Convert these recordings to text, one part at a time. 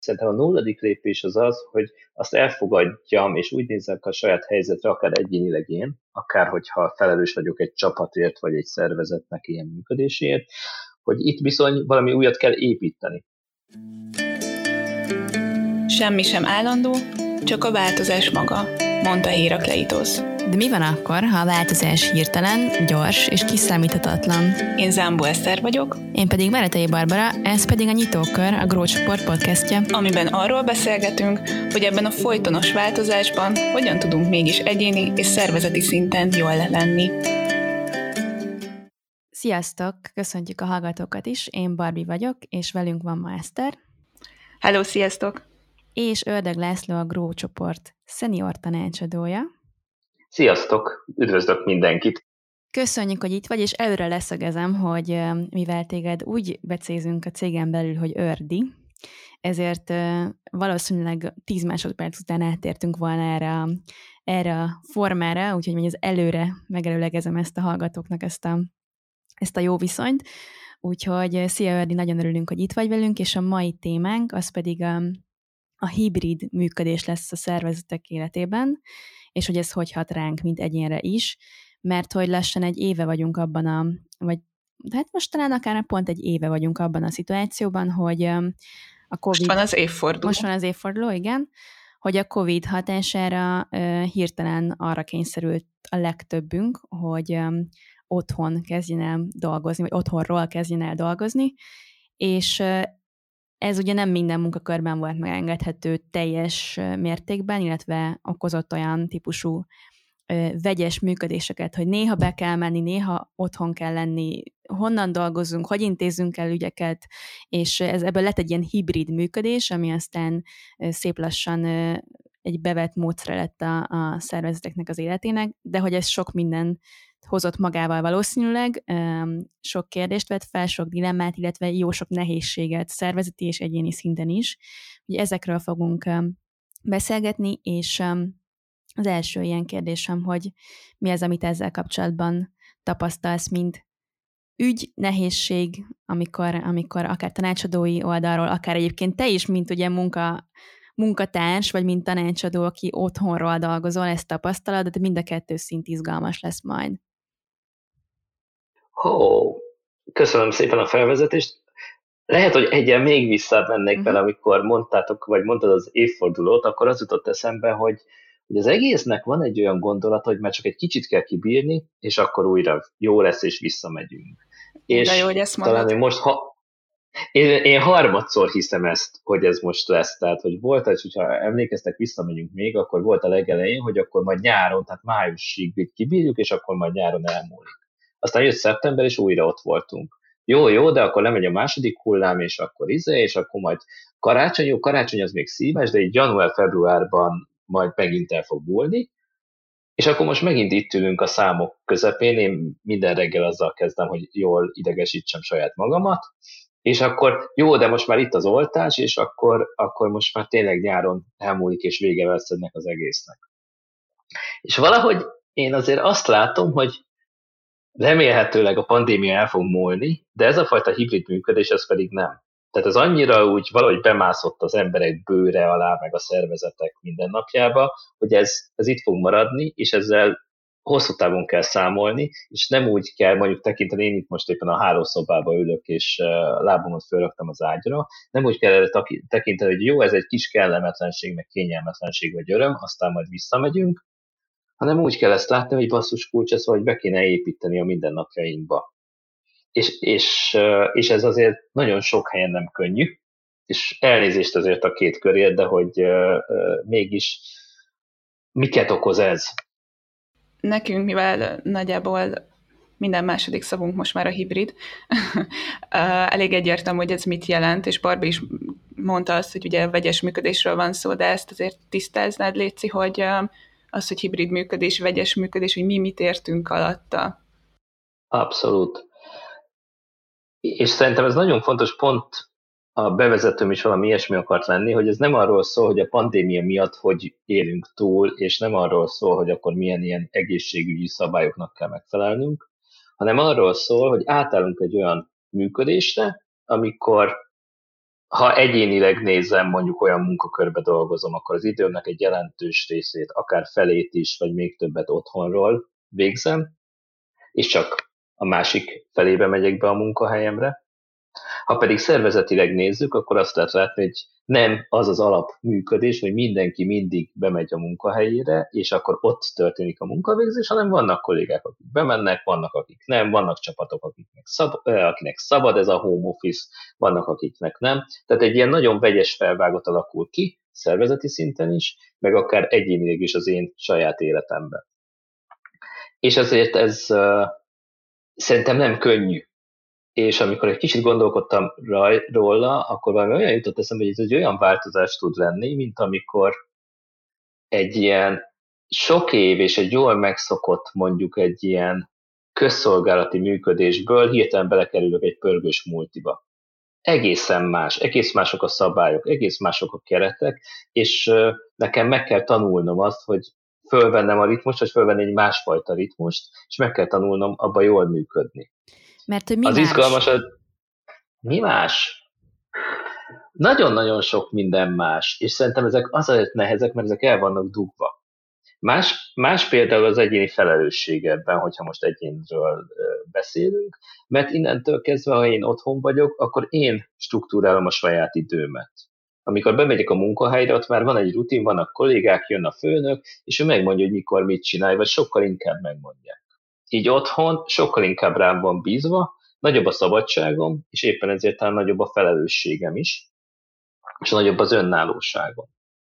Szerintem a nulladik lépés az az, hogy azt elfogadjam, és úgy nézzek a saját helyzetre, akár egyénileg én, akár hogyha felelős vagyok egy csapatért, vagy egy szervezetnek ilyen működéséért, hogy itt bizony valami újat kell építeni. Semmi sem állandó, csak a változás maga, mondta Hérakleitosz. De mi van akkor, ha a változás hirtelen, gyors és kiszámíthatatlan? Én Zámbó Eszter vagyok. Én pedig Meretei Barbara, ez pedig a Nyitókör, a Grow Csoport podcastja. Amiben arról beszélgetünk, hogy ebben a folytonos változásban hogyan tudunk mégis egyéni és szervezeti szinten jól lenni. Sziasztok! Köszöntjük a hallgatókat is, én Barbi vagyok, és velünk van ma Eszter. Hello, sziasztok! És Ördög László, a Grow Csoport szenior tanácsadója. Sziasztok! Üdvözlök mindenkit! Köszönjük, hogy itt vagy, és előre leszögezem, hogy mivel téged úgy becézünk a cégen belül, hogy Ördi, ezért valószínűleg 10 másodperc után áttértünk volna erre a formára, úgyhogy még az előre megelőlegezem ezt a hallgatóknak ezt a jó viszonyt. Úgyhogy szia Ördi, nagyon örülünk, hogy itt vagy velünk, és a mai témánk az pedig a hibrid működés lesz a szervezetek életében, és hogy ez hogy hat ránk, mint egyénre is, mert hogy lassan egy éve vagyunk abban hát most talán akár pont egy éve vagyunk abban a szituációban, hogy a Covid... Most van az évforduló, igen, hogy a Covid hatására hirtelen arra kényszerült a legtöbbünk, hogy otthon kezdjen el dolgozni, vagy otthonról kezdjen el dolgozni, és ez ugye nem minden munkakörben volt megengedhető teljes mértékben, illetve okozott olyan típusú vegyes működéseket, hogy néha be kell menni, néha otthon kell lenni, honnan dolgozunk, hogy intézzünk el ügyeket, és ebből lett egy ilyen hibrid működés, ami aztán szép lassan egy bevett módszere lett a szervezeteknek az életének, de hogy ez sok minden hozott magával valószínűleg, sok kérdést vett fel, sok dilemmát, illetve jó sok nehézséget szervezeti és egyéni szinten is. Ugye ezekről fogunk beszélgetni, és az első ilyen kérdésem, hogy mi az, amit ezzel kapcsolatban tapasztalsz, mint ügy, nehézség, amikor akár tanácsadói oldalról, akár egyébként te is, mint ugye munkatárs, vagy mint tanácsadó, aki otthonról dolgozol, ezt tapasztalod, de mind a kettő szint izgalmas lesz majd. Köszönöm szépen a felvezetést. Lehet, hogy egyen még visszább mennék vele, amikor mondtad az évfordulót, akkor az jutott eszembe, hogy az egésznek van egy olyan gondolat, hogy már csak egy kicsit kell kibírni, és akkor újra jó lesz, és visszamegyünk. De jó, hogy ezt mondod. Talán most, én harmadszor hiszem ezt, hogy ez most lesz. Tehát, hogy volt, hogyha emlékeztek, visszamegyünk még, akkor volt a legelején, hogy akkor majd nyáron, tehát májusig kibírjuk, és akkor majd nyáron elmúlik. Aztán jött szeptember, és újra ott voltunk. Jó, de akkor lemegy a második hullám, és akkor és akkor majd karácsony az még szíves, de így január-februárban majd megint el fog múlni, és akkor most megint itt ülünk a számok közepén, én minden reggel azzal kezdem, hogy jól idegesítsem saját magamat, és akkor jó, de most már itt az oltás, és akkor most már tényleg nyáron elmúlik, és vége lesz ennek az egésznek. És valahogy én azért azt látom, hogy remélhetőleg a pandémia el fog múlni, de ez a fajta hibrid működés, ez pedig nem. Tehát ez annyira úgy valahogy bemászott az emberek bőre alá, meg a szervezetek mindennapjába, hogy ez itt fog maradni, és ezzel hosszú távon kell számolni, és nem úgy kell mondjuk tekinteni, én itt most éppen a hálószobába ülök, és lábamat fölraktam az ágyra, nem úgy kell erre tekinteni, hogy jó, ez egy kis kellemetlenség, meg kényelmetlenség vagy öröm, aztán majd visszamegyünk, hanem úgy kell ezt látni, hogy basszus kulcs, ezt vagy be kéne építeni a mindennapjainkba. És ez azért nagyon sok helyen nem könnyű, és elnézést azért a két körért, de hogy mégis miket okoz ez? Nekünk, mivel nagyjából minden második szavunk most már a hibrid, elég egyértelmű, hogy ez mit jelent, és Barbie is mondta azt, hogy ugye vegyes működésről van szó, de ezt azért tisztáznád, Léci, hogy az, hogy hibrid működés, vegyes működés, hogy mi mit értünk alatta. Abszolút. És szerintem ez nagyon fontos, pont a bevezetőm is valami ilyesmi akart lenni, hogy ez nem arról szól, hogy a pandémia miatt hogy élünk túl, és nem arról szól, hogy akkor milyen ilyen egészségügyi szabályoknak kell megfelelnünk, hanem arról szól, hogy átállunk egy olyan működésre, amikor ha egyénileg nézem, mondjuk olyan munkakörbe dolgozom, akkor az időmnek egy jelentős részét, akár felét is, vagy még többet otthonról végzem, és csak a másik felébe megyek be a munkahelyemre. Ha pedig szervezetileg nézzük, akkor azt lehet látni, hogy nem az az alapműködés, hogy mindenki mindig bemegy a munkahelyére, és akkor ott történik a munkavégzés, hanem vannak kollégák, akik bemennek, vannak, akik nem, vannak csapatok, akinek szabad ez a home office, vannak, akiknek nem. Tehát egy ilyen nagyon vegyes felvágot alakul ki, szervezeti szinten is, meg akár egyénileg is az én saját életemben. És ezért ez szerintem nem könnyű. És amikor egy kicsit gondolkodtam róla, akkor valami olyan jutott eszembe, hogy ez egy olyan változás tud lenni, mint amikor egy ilyen sok év és egy jól megszokott mondjuk egy ilyen közszolgálati működésből hirtelen belekerülök egy pörgős multiba. Egészen más, egész mások a szabályok, egész mások a keretek, és nekem meg kell tanulnom azt, hogy fölvennem a ritmust, vagy fölvenni egy másfajta ritmust, és meg kell tanulnom abba jól működni. Mert hogy mi az más? Izgalmas, mi más? Nagyon-nagyon sok minden más, és szerintem ezek azért nehezek, mert ezek el vannak dugva. Más például az egyéni felelősség ebben, hogyha most egyénről beszélünk, mert innentől kezdve, ha én otthon vagyok, akkor én struktúrálom a saját időmet. Amikor bemegyek a munkahelyre, ott már van egy rutin, vannak kollégák, jön a főnök, és ő megmondja, hogy mikor mit csinálj, vagy sokkal inkább megmondják. Így otthon sokkal inkább rám van bízva, nagyobb a szabadságom, és éppen ezért talán nagyobb a felelősségem is, és nagyobb az önállóságom.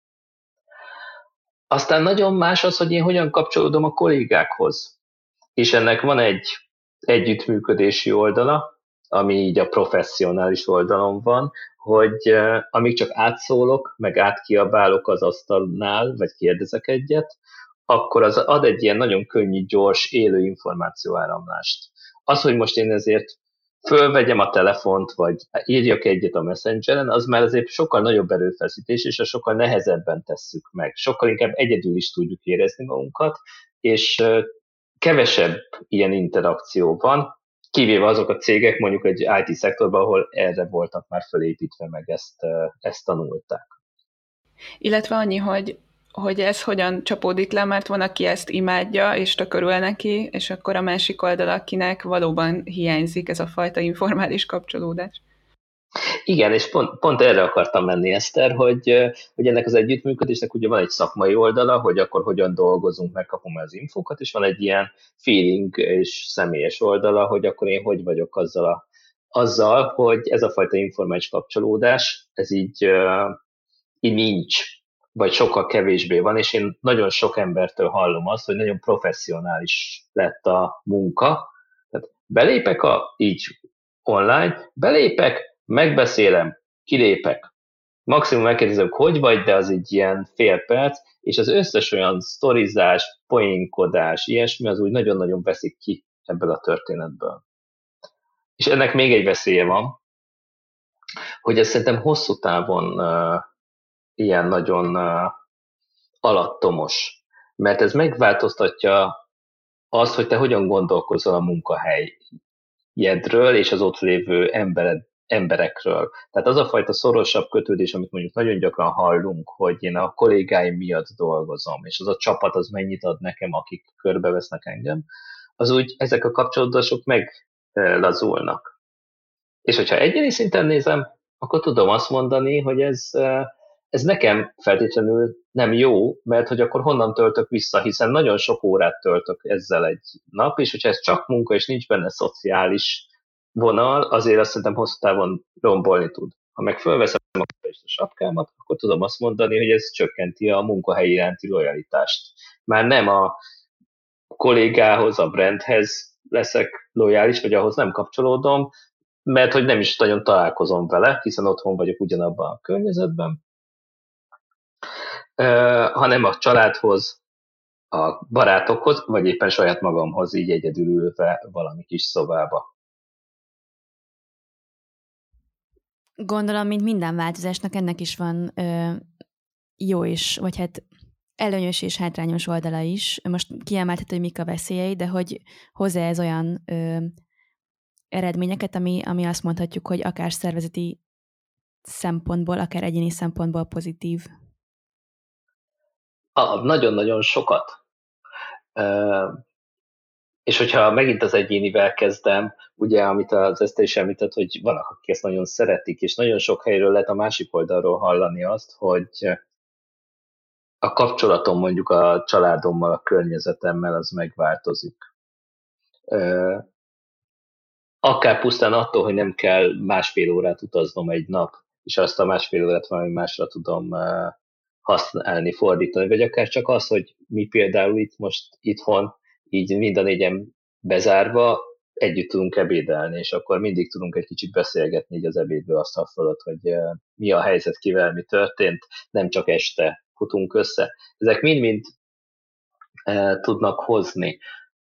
Aztán nagyon más az, hogy én hogyan kapcsolódom a kollégákhoz. És ennek van egy együttműködési oldala, ami így a professzionális oldalon van, hogy amíg csak átszólok, meg átkiabálok az asztalnál, vagy kérdezek egyet, akkor az ad egy ilyen nagyon könnyű, gyors, élő információáramlást. Az, hogy most én ezért fölvegyem a telefont, vagy írjak egyet a Messengeren, az már azért sokkal nagyobb erőfeszítés, és sokkal nehezebben tesszük meg. Sokkal inkább egyedül is tudjuk érezni magunkat, és kevesebb ilyen interakció van, kivéve azok a cégek, mondjuk egy IT szektorban, ahol erre voltak már felépítve, meg ezt tanulták. Illetve annyi, hogy ez hogyan csapódik le, mert van, aki ezt imádja, és tökörül neki, és akkor a másik oldal, akinek valóban hiányzik ez a fajta informális kapcsolódás. Igen, és pont erre akartam menni, Eszter, hogy ennek az együttműködésnek ugye van egy szakmai oldala, hogy akkor hogyan dolgozunk, megkapom az infókat, és van egy ilyen feeling és személyes oldala, hogy akkor én hogy vagyok azzal, hogy ez a fajta informális kapcsolódás, ez így nincs, vagy sokkal kevésbé van, és én nagyon sok embertől hallom azt, hogy nagyon professzionális lett a munka. Tehát belépek így online, megbeszélem, kilépek. Maximum megkérdezem, hogy vagy, de az egy ilyen fél perc, és az összes olyan sztorizás, poénkodás, ilyesmi, az úgy nagyon-nagyon veszik ki ebből a történetből. És ennek még egy veszélye van, hogy ez szerintem hosszú távon ilyen nagyon alattomos, mert ez megváltoztatja azt, hogy te hogyan gondolkozol a munkahelyedről és az ott lévő emberekről. Tehát az a fajta szorosabb kötődés, amit mondjuk nagyon gyakran hallunk, hogy én a kollégáim miatt dolgozom, és az a csapat az mennyit ad nekem, akik körbevesznek engem, az úgy ezek a kapcsolódások meglazulnak. És hogyha egyéni szinten nézem, akkor tudom azt mondani, hogy ez nekem feltétlenül nem jó, mert hogy akkor honnan töltök vissza, hiszen nagyon sok órát töltök ezzel egy nap, és hogyha ez csak munka, és nincs benne szociális vonal, azért azt szerintem hosszú távon rombolni tud. Ha meg fölveszem a sapkámat, akkor tudom azt mondani, hogy ez csökkenti a munkahelyi iránti lojalitást. Már nem a kollégához, a brandhez leszek lojális, vagy ahhoz nem kapcsolódom, mert hogy nem is nagyon találkozom vele, hiszen otthon vagyok ugyanabban a környezetben, hanem a családhoz, a barátokhoz, vagy éppen saját magamhoz így egyedül ülve valami kis szobába. Gondolom, mint minden változásnak, ennek is van jó is, vagy hát előnyös és hátrányos oldala is. Most kiemelhet, hogy mik a veszélyei, de hogy hozzá ez olyan eredményeket, ami azt mondhatjuk, hogy akár szervezeti szempontból, akár egyéni szempontból pozitív? Nagyon-nagyon sokat. És hogyha megint az egyénivel kezdem, ugye, amit az Eszter is említett, hogy vannak, akik ezt nagyon szeretik, és nagyon sok helyről lehet a másik oldalról hallani azt, hogy a kapcsolatom mondjuk a családommal, a környezetemmel az megváltozik. Akár pusztán attól, hogy nem kell másfél órát utaznom egy nap, és azt a másfél órát valami másra tudom használni, fordítani, vagy akár csak az, hogy mi például itt most itthon, így mind a négyen bezárva, együtt tudunk ebédelni, és akkor mindig tudunk egy kicsit beszélgetni így az ebédből asztal fölött, hogy mi a helyzet, kivel mi történt, nem csak este futunk össze. Ezek mind-mind tudnak hozni.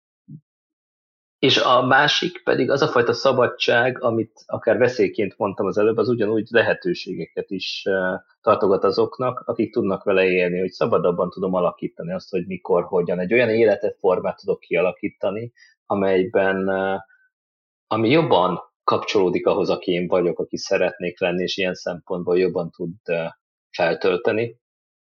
És a másik pedig az a fajta szabadság, amit akár veszélyként mondtam az előbb, az ugyanúgy lehetőségeket is tartogat azoknak, akik tudnak vele élni, hogy szabadabban tudom alakítani azt, hogy mikor, hogyan. Egy olyan életet, formát tudok kialakítani, amelyben, ami jobban kapcsolódik ahhoz, aki én vagyok, aki szeretnék lenni, és ilyen szempontból jobban tud feltölteni.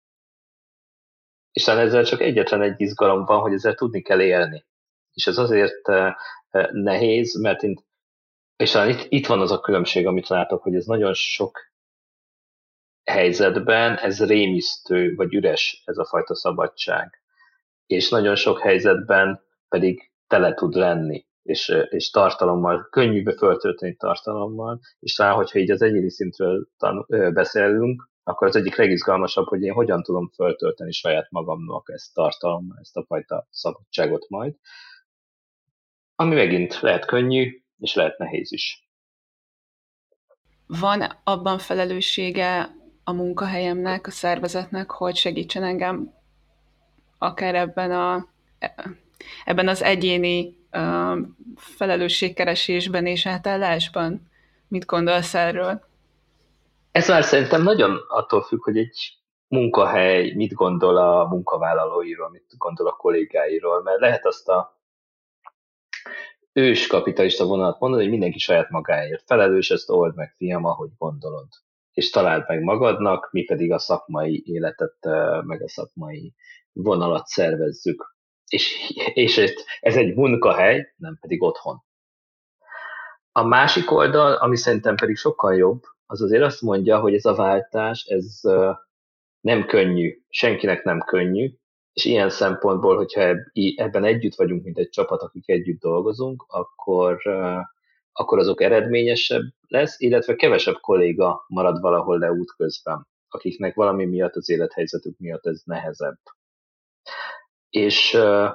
És talán ezzel csak egyetlen egy izgalom van, hogy ezzel tudni kell élni. És ez azért nehéz, mert és talán itt van az a különbség, amit látok, hogy ez nagyon sok helyzetben ez rémisztő, vagy üres ez a fajta szabadság. És nagyon sok helyzetben pedig tele tud lenni, és tartalommal, könnyűbe föltölteni tartalommal, és talán, hogyha így az egyéni szintről beszélünk, akkor az egyik legizgalmasabb, hogy én hogyan tudom föltölteni saját magamnak ezt tartalommal, ezt a fajta szabadságot majd, ami megint lehet könnyű, és lehet nehéz is. Van abban felelőssége a munkahelyemnek, a szervezetnek, hogy segítsen engem akár ebben az egyéni felelősségkeresésben és átállásban? Mit gondolsz erről? Ez már szerintem nagyon attól függ, hogy egy munkahely mit gondol a munkavállalóiról, mit gondol a kollégáiról, mert lehet azt a ős kapitalista vonalat mondani, hogy mindenki saját magáért felelős, ezt old meg, fiam, ahogy gondolod. És találd meg magadnak, mi pedig a szakmai életet, meg a szakmai vonalat szervezzük. És ez egy munkahely, nem pedig otthon. A másik oldal, ami szerintem pedig sokkal jobb, az azért azt mondja, hogy ez a váltás, ez nem könnyű, senkinek nem könnyű, és ilyen szempontból, hogyha ebben együtt vagyunk, mint egy csapat, akik együtt dolgozunk, akkor azok eredményesebb lesz, illetve kevesebb kolléga marad valahol le útközben, akiknek valami miatt, az élethelyzetük miatt ez nehezebb. És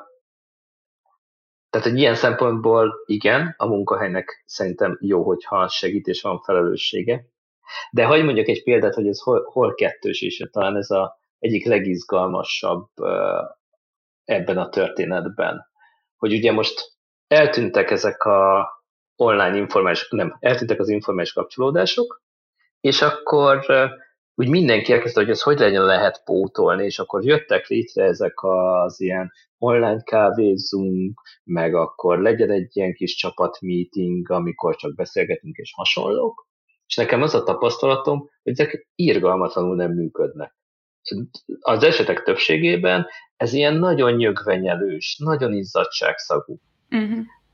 tehát egy ilyen szempontból igen, a munkahelynek szerintem jó, hogyha segít és van felelőssége. De hagyj mondjak egy példát, hogy ez hol kettős, és talán ez az egyik legizgalmasabb ebben a történetben. Hogy ugye most eltűntek ezek a online eltűntek az informális kapcsolódások, és akkor úgy mindenki elkezdte, hogy ez hogy lehet pótolni, és akkor jöttek létre ezek az ilyen online kávézunk, meg akkor legyen egy ilyen kis csapatmeeting, amikor csak beszélgetünk és hasonlók, és nekem az a tapasztalatom, hogy ezek irgalmatlanul nem működnek. Az esetek többségében ez ilyen nagyon nyögvenyelős, nagyon izzadságszagú. Uh-huh.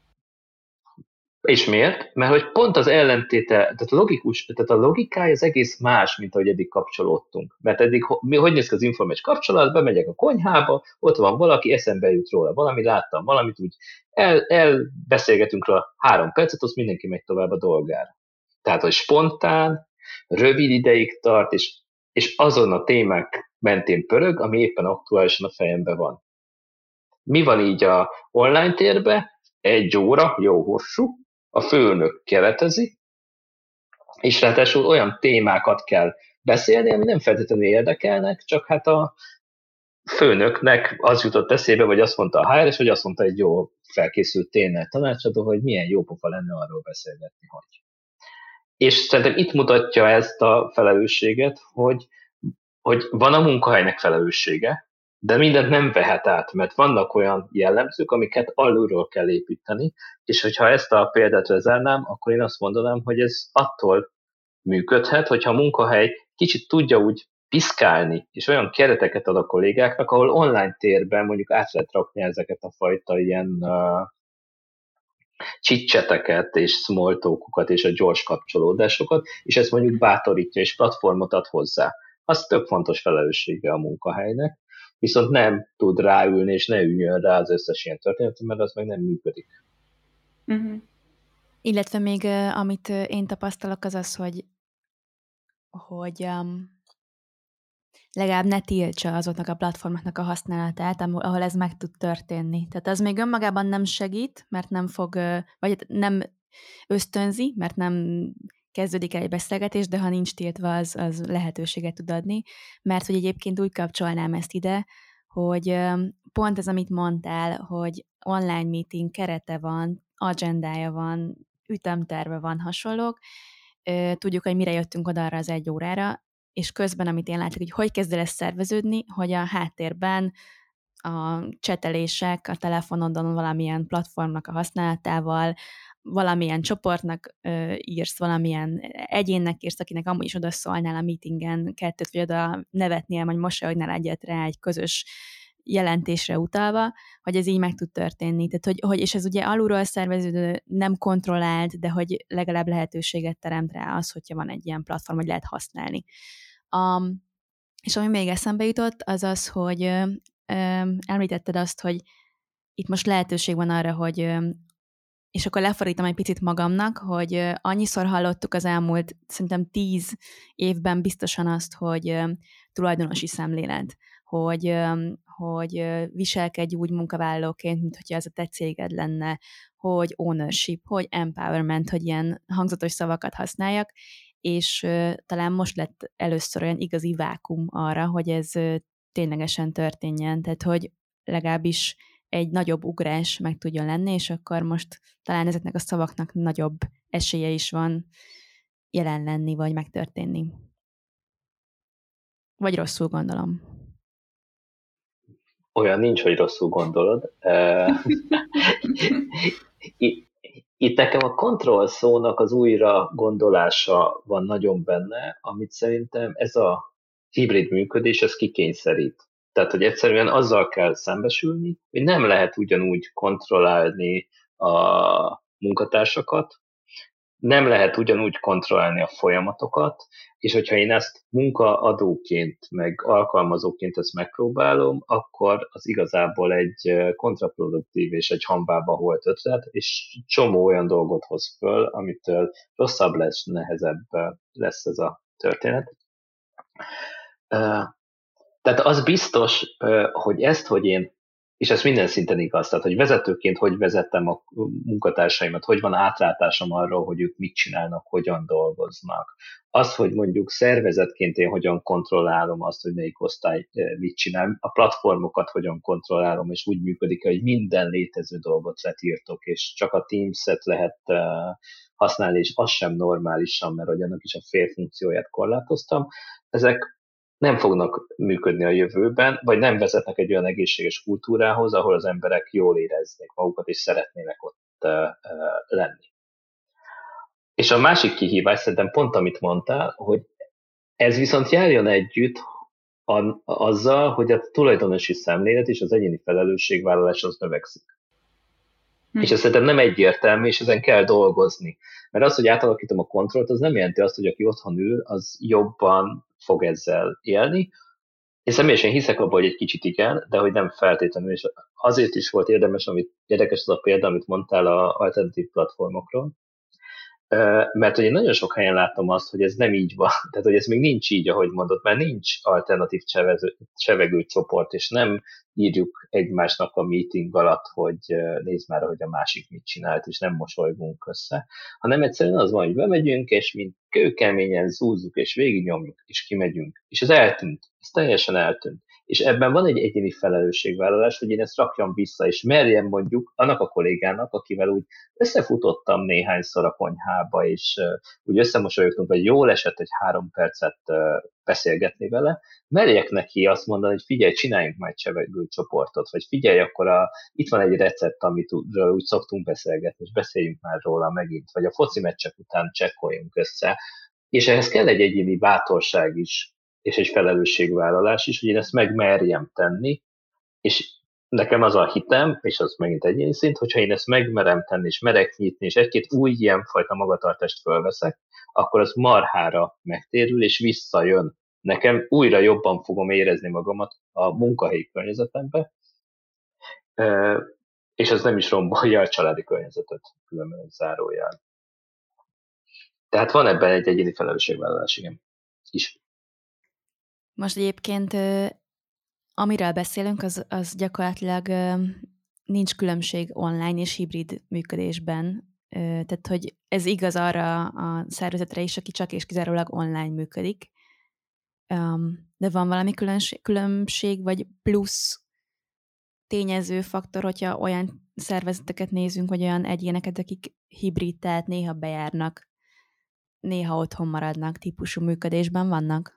És miért? Mert hogy pont az ellentéte, tehát a logikája az egész más, mint ahogy eddig kapcsolódtunk. Mert eddig hogy néz ki az informális kapcsolat, bemegyek a konyhába, ott van valaki, eszembe jut róla valami, láttam valamit, úgy elbeszélgetünk róla 3 percet, azt mindenki megy tovább a dolgára. Tehát, hogy spontán, rövid ideig tart, és azon a témák mentén pörög, ami éppen aktuálisan a fejemben van. Mi van így a online térben? 1 óra, jó hosszú, a főnök keretezi, és ráadásul olyan témákat kell beszélni, ami nem feltétlenül érdekelnek, csak hát a főnöknek az jutott eszébe, vagy azt mondta a HR-es, vagy azt mondta egy jó felkészült tényleg tanácsadó, hogy milyen jó pofa lenne arról beszélgetni, hogy. És szerintem itt mutatja ezt a felelősséget, hogy van a munkahelynek felelőssége, de mindent nem vehet át, mert vannak olyan jellemzők, amiket alulról kell építeni, és hogyha ezt a példát vezerném, akkor én azt mondanám, hogy ez attól működhet, hogyha a munkahely kicsit tudja úgy piszkálni, és olyan kereteket ad a kollégáknak, ahol online térben mondjuk át lehet rakni ezeket a fajta ilyen chit-chateket és small talkokat és a gyors kapcsolódásokat, és ezt mondjuk bátorítja és platformot ad hozzá. Az tök fontos felelőssége a munkahelynek, viszont nem tud ráülni, és ne üljön rá az összes ilyen történet, mert az meg nem működik. Uh-huh. Illetve még amit én tapasztalok, az az, hogy legalább ne tiltsa azoknak a platformoknak a használatát, ahol ez meg tud történni. Tehát az még önmagában nem segít, mert nem fog, vagy nem ösztönzi, mert nem kezdődik el egy beszélgetés, de ha nincs tiltva, az lehetőséget tud adni, mert hogy egyébként úgy kapcsolnám ezt ide, hogy pont ez, amit mondtál, hogy online meeting kerete van, agendája van, ütemterve van, hasonlók, tudjuk, hogy mire jöttünk oda arra az 1 órára, és közben, amit én látok, hogy kezd el ez szerveződni, hogy a háttérben a csetelések a telefonodon valamilyen platformnak a használatával, valamilyen csoportnak írsz, valamilyen egyénnek írsz, akinek amúgy is oda szólnál a meetingen, 2 vagy oda nevetnél, vagy mosolyognál egyet rá egy közös jelentésre utalva, hogy ez így meg tud történni. Tehát, hogy és ez ugye alulról szerveződő, nem kontrollált, de hogy legalább lehetőséget teremt rá az, hogyha van egy ilyen platform, hogy lehet használni. És ami még eszembe jutott, az az, hogy említetted azt, hogy itt most lehetőség van arra, hogy és akkor lefordítom egy picit magamnak, hogy annyiszor hallottuk az elmúlt, szerintem 10 évben biztosan azt, hogy tulajdonosi szemlélet, hogy viselkedj úgy munkavállalóként, mint hogyha ez a te céged lenne, hogy ownership, hogy empowerment, hogy ilyen hangzatos szavakat használjak, és talán most lett először olyan igazi vákum arra, hogy ez ténylegesen történjen, tehát hogy legalábbis egy nagyobb ugrás meg tudjon lenni, és akkor most talán ezeknek a szavaknak nagyobb esélye is van jelen lenni, vagy megtörténni. Vagy rosszul gondolom. Olyan nincs, hogy rosszul gondolod. Itt nekem a kontroll szónak az újra gondolása van nagyon benne, amit szerintem ez a hibrid működés, ez kikényszerít. Tehát, hogy egyszerűen azzal kell szembesülni, hogy nem lehet ugyanúgy kontrollálni a munkatársakat, nem lehet ugyanúgy kontrollálni a folyamatokat, és hogyha én ezt munkaadóként, meg alkalmazóként ezt megpróbálom, akkor az igazából egy kontraproduktív és egy hambába holt ötlet, és csomó olyan dolgot hoz föl, amitől rosszabb lesz, nehezebb lesz ez a történet. Tehát az biztos, hogy hogy én, és ez minden szinten igaz, tehát hogy vezetőként hogy vezettem a munkatársaimat, hogy van átlátásom arról, hogy ők mit csinálnak, hogyan dolgoznak. Az, hogy mondjuk szervezetként én hogyan kontrollálom azt, hogy melyik osztály mit csinál, a platformokat hogyan kontrollálom, és úgy működik, hogy minden létező dolgot letiltok, és csak a Teams-et lehet használni, és az sem normálisan, mert hogy annak is a félfunkcióját korlátoztam. Ezek nem fognak működni a jövőben, vagy nem vezetnek egy olyan egészséges kultúrához, ahol az emberek jól éreznék magukat, és szeretnének ott lenni. És a másik kihívás szerintem pont, amit mondtál, hogy ez viszont járjon együtt azzal, hogy a tulajdonosi szemlélet és az egyéni felelősségvállalás az növekszik. És ez szerintem nem egyértelmű, és ezen kell dolgozni. Mert az, hogy átalakítom a kontrollt, az nem jelenti azt, hogy aki otthon ül, az jobban fog ezzel élni. Én személyesen hiszek abban, hogy egy kicsit igen, de hogy nem feltétlenül. És azért is volt érdemes, érdekes az a példa, amit mondtál az alternatív platformokról, mert én nagyon sok helyen látom azt, hogy ez nem így van. Tehát, hogy ez még nincs így, ahogy mondott, mert nincs alternatív csevegő csoport, és nem írjuk egymásnak a meeting alatt, hogy nézd már, hogy a másik mit csinált, és nem mosolygunk össze, hanem egyszerűen az van, hogy bemegyünk, és mint kőkeményen zúzzuk, és végignyomjuk, és kimegyünk. És ez eltűnt. Ez teljesen eltűnt. És ebben van egy egyéni felelősségvállalás, hogy én ezt rakjam vissza, és merjem mondjuk annak a kollégának, akivel úgy összefutottam néhányszor a konyhába, és úgy összemosolyogtunk, vagy jól esett egy 3 percet beszélgetni vele, merjek neki azt mondani, hogy figyelj, csináljunk már egy csevegő csoportot, vagy figyelj, akkor itt van egy recept, amit úgy szoktunk beszélgetni, és beszéljünk már róla megint, vagy a foci meccsek után csekkoljunk össze. És ehhez kell egy egyéni bátorság is, és egy felelősségvállalás is, hogy én ezt megmerjem tenni, és nekem az a hitem, és az megint egyéni szint, hogyha én ezt megmerem tenni, és merek nyitni, és egy-két új ilyenfajta magatartást fölveszek, akkor az marhára megtérül, és visszajön. Nekem újra jobban fogom érezni magamat a munkahelyi környezetemben, és ez nem is rombolja a családi környezetet, különben zárójel. Tehát van ebben egy egyéni felelősségvállalás, igen. Is. Most egyébként, amiről beszélünk, az gyakorlatilag nincs különbség online és hibrid működésben. Tehát, hogy ez igaz arra a szervezetre is, aki csak és kizárólag online működik. De van valami különbség, vagy plusz tényező faktor, hogyha olyan szervezeteket nézünk, vagy olyan egyéneket, akik hibrid, tehát néha bejárnak, néha otthon maradnak típusú működésben vannak?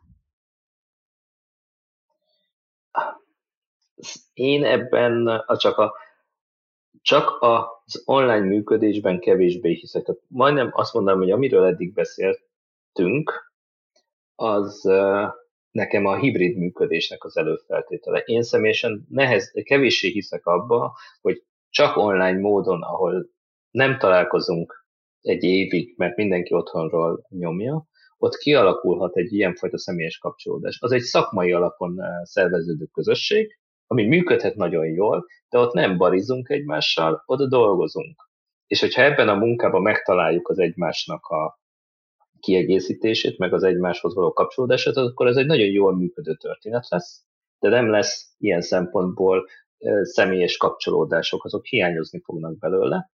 Én ebben csak az online működésben kevésbé hiszek. Tehát majdnem azt mondanám, hogy amiről eddig beszéltünk, az nekem a hibrid működésnek az előfeltétele. Én személyesen kevéssé hiszek abba, hogy csak online módon, ahol nem találkozunk egy évig, mert mindenki otthonról nyomja, ott kialakulhat egy ilyenfajta személyes kapcsolódás. Az egy szakmai alapon szerveződő közösség, ami működhet nagyon jól, de ott nem barizunk egymással, oda dolgozunk. És hogyha ebben a munkában megtaláljuk az egymásnak a kiegészítését, meg az egymáshoz való kapcsolódását, akkor ez egy nagyon jól működő történet lesz, de nem lesz ilyen szempontból személyes kapcsolódások, azok hiányozni fognak belőle.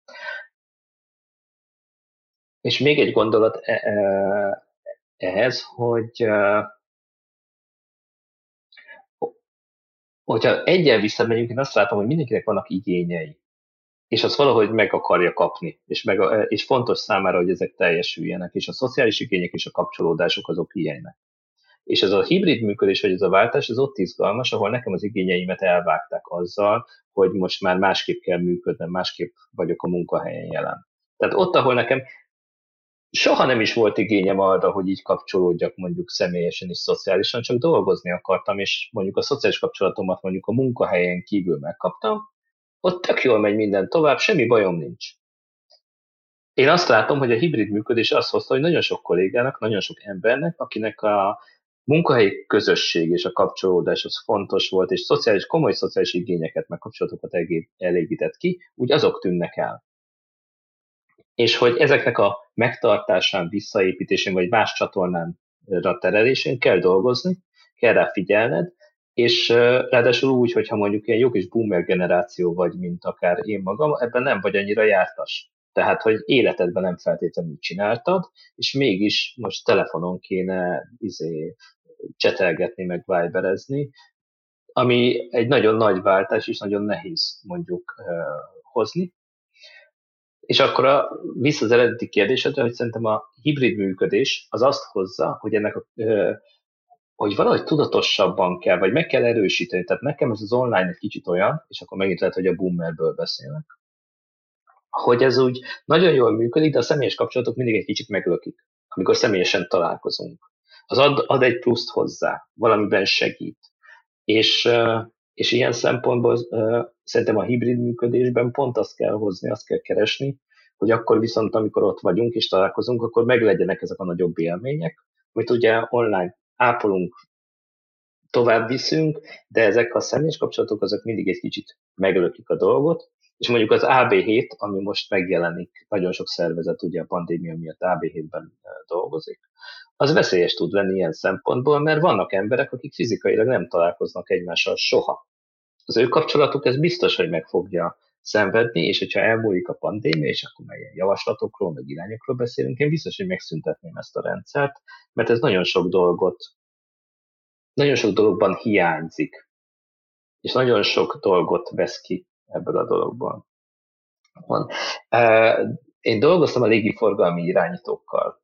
És még egy gondolat ehhez, hogyha egyen visszamegyünk, én azt látom, hogy mindenkinek vannak igényei, és azt valahogy meg akarja kapni, és fontos számára, hogy ezek teljesüljenek, és a szociális igények és a kapcsolódások azok ilyenek. És ez a hibrid működés, vagy ez a váltás, ez ott izgalmas, ahol nekem az igényeimet elvágták azzal, hogy most már másképp kell működnem, másképp vagyok a munkahelyen jelen. Tehát ott, ahol nekem soha nem is volt igényem arra, hogy így kapcsolódjak mondjuk személyesen és szociálisan, csak dolgozni akartam, és mondjuk a szociális kapcsolatomat mondjuk a munkahelyen kívül megkaptam, ott tök jól megy minden tovább, semmi bajom nincs. Én azt látom, hogy a hibrid működés azt hozta, hogy nagyon sok kollégának, nagyon sok embernek, akinek a munkahelyi közösség és a kapcsolódás az fontos volt, és komoly szociális igényeket, meg kapcsolatokat elégített ki, úgy azok tűnnek el. És hogy ezeknek a megtartásán, visszaépítésén, vagy más csatornánra terelésén kell dolgozni, kell rá figyelned, és ráadásul úgy, hogyha mondjuk ilyen jó kis boomer generáció vagy, mint akár én magam, ebben nem vagy annyira jártas. Tehát, hogy életedben nem feltétlenül csináltad, és mégis most telefonon kéne csetelgetni, meg viberezni, ami egy nagyon nagy váltás, és nagyon nehéz mondjuk hozni. És akkor vissza az eredeti kérdésedre, hogy szerintem a hibrid működés az azt hozza, hogy ennek hogy valahogy tudatosabban kell, vagy meg kell erősíteni. Tehát nekem ez az online egy kicsit olyan, és akkor megint lehet, hogy a boomerből beszélek, hogy ez úgy nagyon jól működik, de a személyes kapcsolatok mindig egy kicsit meglökik, amikor személyesen találkozunk. Az ad egy pluszt hozzá, valamiben segít. És ilyen szempontból szerintem a hibrid működésben pont azt kell hozni, azt kell keresni, hogy akkor viszont, amikor ott vagyunk és találkozunk, akkor meglegyenek ezek a nagyobb élmények, amit ugye online ápolunk, tovább viszünk, de ezek a személyes kapcsolatok azok mindig egy kicsit meglökik a dolgot, és mondjuk az AB7, ami most megjelenik, nagyon sok szervezet ugye a pandémia miatt AB7-ben dolgozik, az veszélyes tud lenni ilyen szempontból, mert vannak emberek, akik fizikailag nem találkoznak egymással soha. Az ő kapcsolatuk ez biztos, hogy meg fogja szenvedni, és hogyha elmúlik a pandémia, és akkor meg ilyen javaslatokról, meg irányokról beszélünk, én biztos, hogy megszüntetném ezt a rendszert, mert ez nagyon sok dologban hiányzik, és nagyon sok dolgot vesz ki ebből a dologból. Én dolgoztam a légiforgalmi irányítókkal,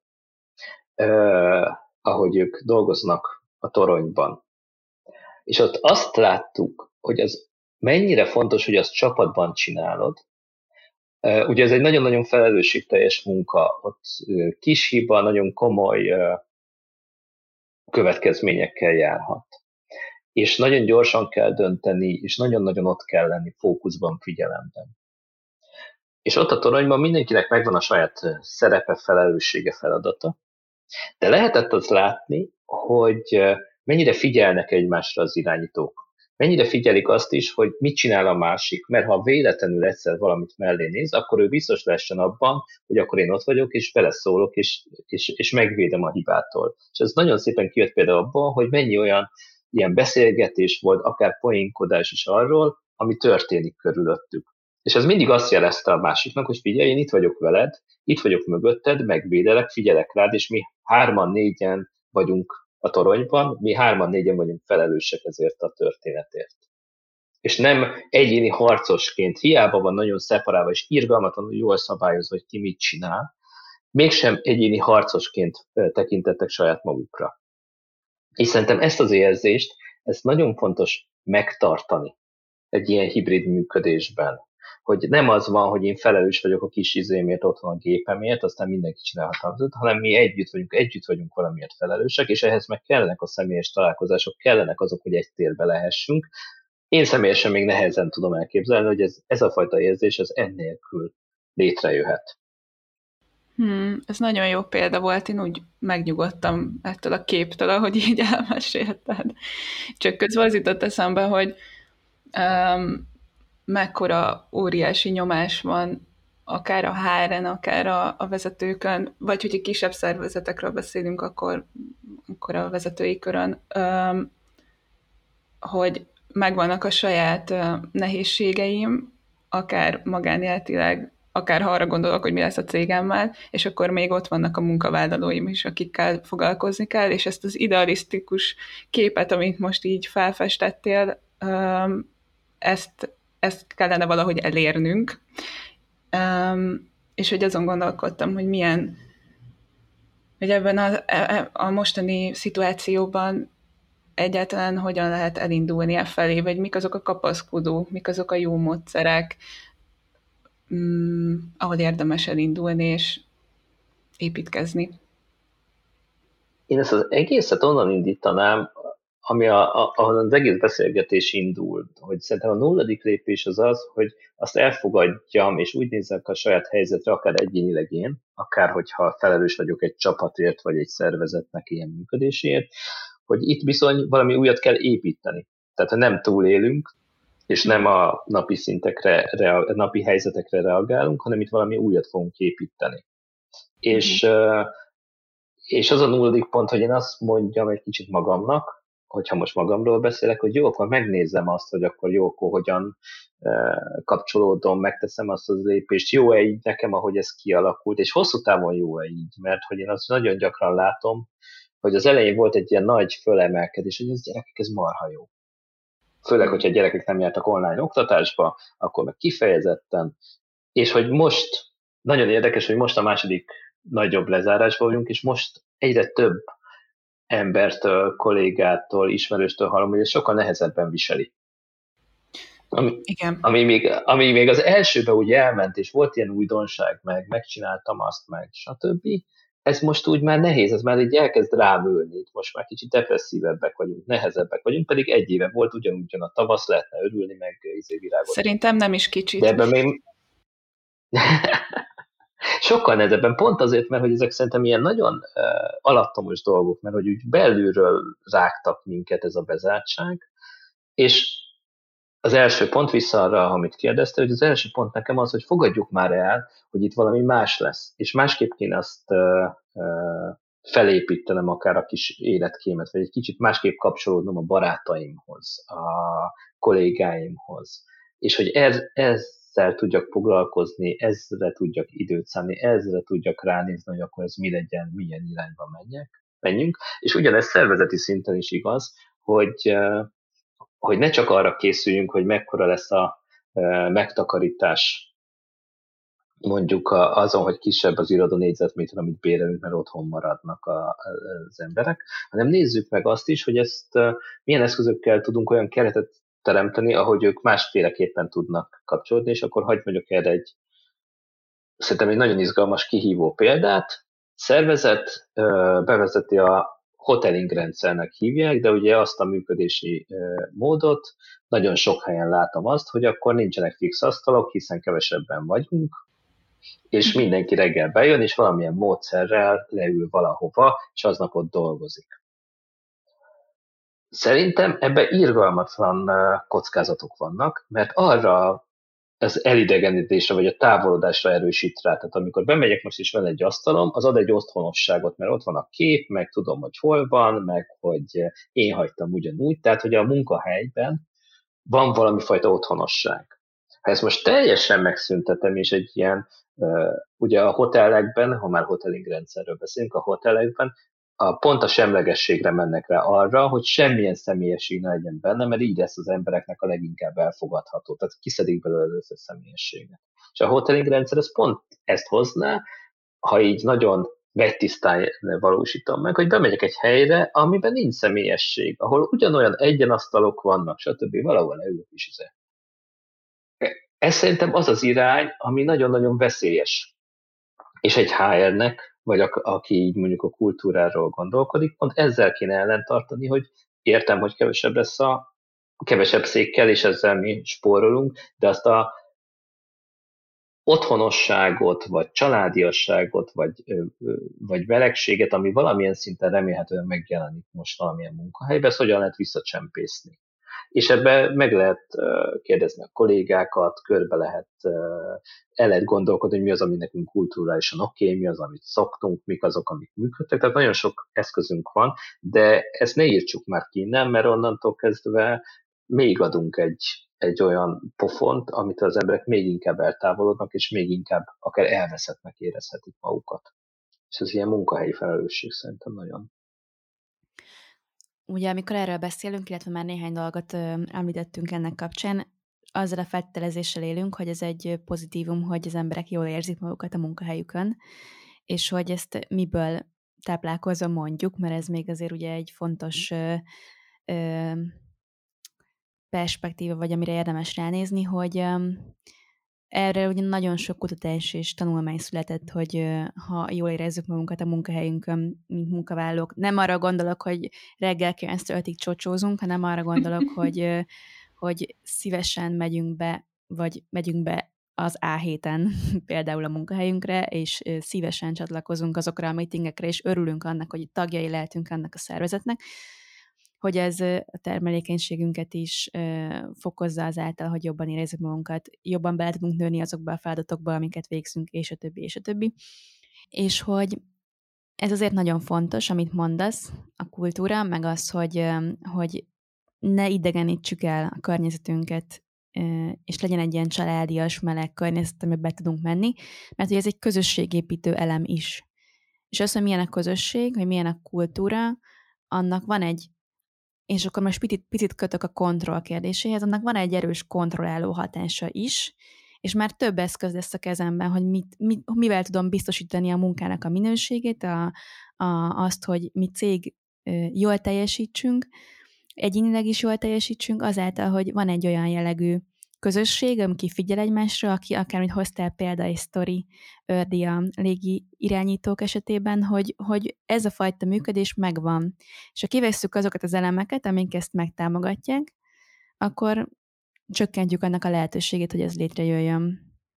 ahogy ők dolgoznak a toronyban. És ott azt láttuk, hogy az mennyire fontos, hogy azt csapatban csinálod, Ugye ez egy nagyon-nagyon felelősségteljes munka, ott kis hiba nagyon komoly következményekkel járhat. És nagyon gyorsan kell dönteni, és nagyon-nagyon ott kell lenni fókuszban, figyelemben. És ott a toronyban mindenkinek megvan a saját szerepe, felelőssége, feladata, de lehetett az látni, hogy mennyire figyelnek egymásra az irányítók. Mennyire figyelik azt is, hogy mit csinál a másik, mert ha véletlenül egyszer valamit mellé néz, akkor ő biztos lessen abban, hogy akkor én ott vagyok, és beleszólok, és megvédem a hibától. És ez nagyon szépen kijött például abban, hogy mennyi olyan ilyen beszélgetés volt, akár poénkodás is arról, ami történik körülöttük. És ez mindig azt jelezte a másiknak, hogy figyelj, én itt vagyok veled, itt vagyok mögötted, megvédelek, figyelek rád, és mi 3-4 vagyunk a toronyban, mi 3-4 vagyunk felelősek ezért a történetért. És nem egyéni harcosként, hiába van nagyon szeparálva és irgalmatlanul jól szabályozva, hogy ki mit csinál, mégsem egyéni harcosként tekintettek saját magukra. És szerintem ezt az érzést, ezt nagyon fontos megtartani egy ilyen hibrid működésben. Hogy nem az van, hogy én felelős vagyok a kis izémért, otthon a gépemért, aztán mindenki csinálhat, hanem mi együtt vagyunk valamiért felelősek, és ehhez meg kellenek a személyes találkozások, kellenek azok, hogy egy térbe lehessünk. Én személyesen még nehezen tudom elképzelni, hogy ez a fajta érzés, ez ennélkül létrejöhet. Ez nagyon jó példa volt, én úgy megnyugodtam ettől a képtől, ahogy így elmesélted. Csak közben az jutott eszembe, hogy mekkora óriási nyomás van akár a HR-en, akár a vezetőkön, vagy hogyha kisebb szervezetekről beszélünk, akkor a vezetői körön, hogy megvannak a saját nehézségeim, akár magánéletileg, akár ha arra gondolok, hogy mi lesz a cégemmel, és akkor még ott vannak a munkavállalóim is, akikkel foglalkozni kell, és ezt az idealisztikus képet, amit most így felfestettél, ezt kellene valahogy elérnünk. És hogy azon gondolkodtam, hogy milyen, hogy ebben a mostani szituációban egyáltalán hogyan lehet elindulni e felé, vagy mik azok a kapaszkodók, mik azok a jó módszerek, ahol érdemes elindulni és építkezni. Én ezt az egészet onnan indítanám, ahol az egész beszélgetés indul, hogy szerintem a 0. lépés az, hogy azt elfogadjam, és úgy nézzek a saját helyzetre, akár egyénileg én, akár hogyha felelős vagyok egy csapatért, vagy egy szervezetnek ilyen működéséért, hogy itt bizony valami újat kell építeni. Tehát ha nem túlélünk, és nem a napi szintekre, napi helyzetekre reagálunk, hanem itt valami újat fogunk építeni. És az a 0. pont, hogy én azt mondjam egy kicsit magamnak, hogyha most magamról beszélek, hogy jó, akkor megnézem azt, hogy akkor jó, akkor hogyan kapcsolódom, megteszem azt az lépést, jó-e így nekem, ahogy ez kialakult, és hosszú távon jó-e így, mert hogy én azt nagyon gyakran látom, hogy az elején volt egy ilyen nagy fölemelkedés, hogy az gyerekek, ez marha jó. Főleg, hogyha a gyerekek nem jártak online oktatásba, akkor meg kifejezetten, és hogy most, nagyon érdekes, hogy most a második nagyobb lezárásban vagyunk, és most egyre több embertől, kollégától, ismerőstől hallom, hogy ez sokkal nehezebben viseli. Igen. Ami még az elsőben úgy elment, és volt ilyen újdonság, megcsináltam azt, meg stb. Ez most úgy már nehéz, ez már így elkezd rámülni, itt most már kicsit depresszívebbek vagyunk, nehezebbek vagyunk, pedig 1 éve volt ugyanúgy a tavasz, lehetne örülni, meg virágot. Szerintem nem is kicsit. De ebben még sokkal nehezebben, pont azért, mert hogy ezek szerintem ilyen nagyon alattomos dolgok, mert hogy úgy belülről rágtak minket ez a bezártság, és az első pont vissza arra, amit kérdezte, hogy az első pont nekem az, hogy fogadjuk már el, hogy itt valami más lesz, és másképp kéne azt felépítenem akár a kis életkémet, vagy egy kicsit másképp kapcsolódnom a barátaimhoz, a kollégáimhoz, és hogy ezzel tudjak foglalkozni, ezzel tudjak időt szánni, ezzel tudjak ránézni, hogy akkor ez mi legyen, milyen irányba menjünk, és ugyanez szervezeti szinten is igaz, hogy ne csak arra készüljünk, hogy mekkora lesz a megtakarítás, mondjuk azon, hogy kisebb az irodó négyzetméter, amit bérelünk, mert otthon maradnak az emberek, hanem nézzük meg azt is, hogy ezt milyen eszközökkel tudunk olyan keretet teremteni, ahogy ők másféleképpen tudnak kapcsolódni, és akkor hagyj mondjuk erre egy szerintem egy nagyon izgalmas kihívó példát. Szervezet bevezeti a hoteling rendszernek hívják, de ugye azt a működési módot, nagyon sok helyen látom azt, hogy akkor nincsenek fix asztalok, hiszen kevesebben vagyunk, és mindenki reggel bejön, és valamilyen módszerrel leül valahova, és aznap ott dolgozik. Szerintem ebben irgalmatlan kockázatok vannak, mert arra az elidegenítésre vagy a távolodásra erősít rá. Tehát amikor bemegyek most is van egy asztalom, az ad egy otthonosságot, mert ott van a kép, meg tudom, hogy hol van, meg hogy én hagytam ugyanúgy. Tehát, hogy a munkahelyben van valami fajta otthonosság. Ha ezt most teljesen megszüntetem, és egy ilyen, ugye a hotelekben, ha már hoteling rendszerről beszélünk, a hotelekben pont a semlegességre mennek rá arra, hogy semmilyen személyesség ne legyen benne, mert így lesz az embereknek a leginkább elfogadható. Tehát kiszedik belőle az összes személyességet. És a hoteling rendszer ez pont ezt hozná, ha így nagyon vegytisztán valósítom meg, hogy bemegyek egy helyre, amiben nincs személyesség, ahol ugyanolyan egyenasztalok vannak, stb. Valahol leülök is. Ez szerintem az az irány, ami nagyon-nagyon veszélyes. És egy HR-nek, vagy aki így mondjuk a kultúráról gondolkodik, pont ezzel kéne ellentartani, hogy értem, hogy kevesebb lesz kevesebb székkel, és ezzel mi spórolunk, de azt a otthonosságot, vagy családiasságot, vagy melegséget, ami valamilyen szinten remélhetően megjelenik most valamilyen munkahelyben, ezt hogyan lehet visszacsempészni. És ebben meg lehet kérdezni a kollégákat, körbe el lehet gondolkodni, hogy mi az, ami nekünk kulturálisan oké, mi az, amit szoktunk, mik azok, amik működtek. Tehát nagyon sok eszközünk van, de ezt ne írtsuk már ki innen, mert onnantól kezdve még adunk egy olyan pofont, amit az emberek még inkább eltávolodnak, és még inkább akár elveszettnek érezhetik magukat. És ez ilyen munkahelyi felelősség szerintem nagyon. Ugye, amikor erről beszélünk, illetve már néhány dolgot említettünk ennek kapcsán, azzal a feltételezéssel élünk, hogy ez egy pozitívum, hogy az emberek jól érzik magukat a munkahelyükön, és hogy ezt miből táplálkozva mondjuk, mert ez még azért ugye egy fontos perspektíva, vagy amire érdemes ránézni, hogy erre ugye nagyon sok kutatás és tanulmány született, hogy ha jól érezzük magunkat a munkahelyünkön, mint munkavállalók, nem arra gondolok, hogy reggel 9-5-ig csocsózunk, hanem arra gondolok, hogy szívesen megyünk be az A7-en például a munkahelyünkre, és szívesen csatlakozunk azokra a meetingekre, és örülünk annak, hogy tagjai lehetünk annak a szervezetnek, hogy ez a termelékenységünket is fokozza azáltal, hogy jobban érezzük magunkat, jobban bele tudunk nőni azokba a feladatokba, amiket végzünk, és a többi, és a többi. És hogy ez azért nagyon fontos, amit mondasz, a kultúra, meg az, hogy ne idegenítsük el a környezetünket, és legyen egy ilyen családias, meleg környezet, amiben be tudunk menni, mert hogy ez egy közösségépítő elem is. És az, hogy milyen a közösség, hogy milyen a kultúra, annak van egy, és akkor most picit kötök a kontroll kérdéséhez, annak van egy erős kontrolláló hatása is, és már több eszköz lesz a kezemben, hogy mivel tudom biztosítani a munkának a minőségét, azt, hogy mi cég jól teljesítsünk, egyénileg is jól teljesítsünk, azáltal, hogy van egy olyan jellegű közösség, aki figyel egymásra, aki akármint hoztál példa és sztori Ördi a légi irányítók esetében, hogy ez a fajta működés megvan. És ha kivesszük azokat az elemeket, amik ezt megtámogatják, akkor csökkentjük annak a lehetőségét, hogy ez létrejöjjön.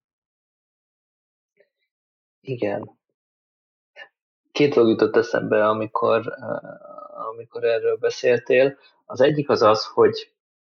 Igen. Két dolog jutott eszembe, amikor erről beszéltél. Az egyik az, hogy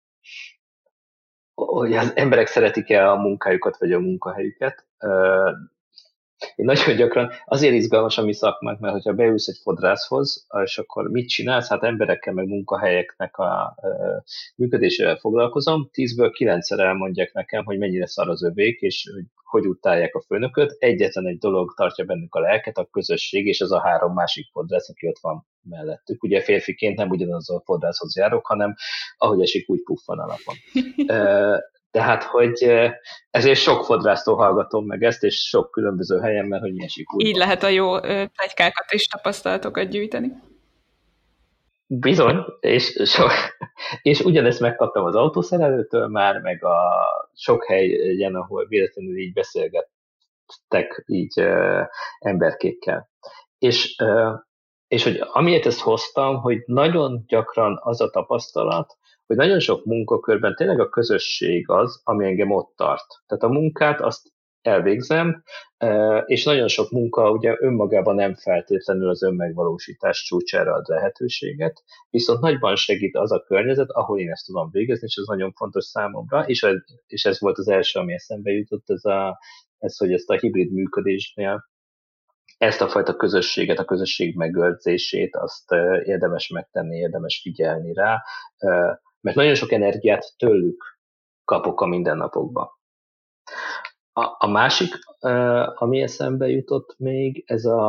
az emberek szeretik-e a munkájukat, vagy a munkahelyüket. Én nagyon gyakran, azért izgalmas a mi szakmánk, mert hogyha beülsz egy fodrászhoz, és akkor mit csinálsz? Hát emberekkel, meg munkahelyeknek a működésével foglalkozom, 10-ből 9-szer elmondják nekem, hogy mennyire szar az övék, és hogy utálják a főnököt. Egyetlen egy dolog tartja bennük a lelket, a közösség, és ez a 3 másik fodrász, aki ott van mellettük. Ugye férfiként nem ugyanaz a fodrászhoz járok, hanem ahogy esik, úgy puffan a napon. Tehát, hogy ezért sok fodrásztól hallgatom meg ezt, és sok különböző helyen, mert hogy mi esik úgy. Így lehet a jó pletykákat és tapasztalatokat gyűjteni. Bizony, és ugyanezt megkaptam az autószerelőtől már, meg a sok helyen, ahol véletlenül így beszélgettem így emberkékkel. És hogy amiért ezt hoztam, hogy nagyon gyakran az a tapasztalat, hogy nagyon sok munkakörben tényleg a közösség az, ami engem ott tart. Tehát a munkát azt elvégzem, és nagyon sok munka ugye önmagában nem feltétlenül az önmegvalósítás csúcsára ad lehetőséget, viszont nagyban segít az a környezet, ahol én ezt tudom végezni, és ez nagyon fontos számomra, és ez volt az első, ami eszembe jutott, hogy ezt a hibrid működésnél ezt a fajta közösséget, a közösség megőrzését, azt érdemes megtenni, érdemes figyelni rá, mert nagyon sok energiát tőlük kapok a mindennapokban. A másik, ami eszembe jutott még,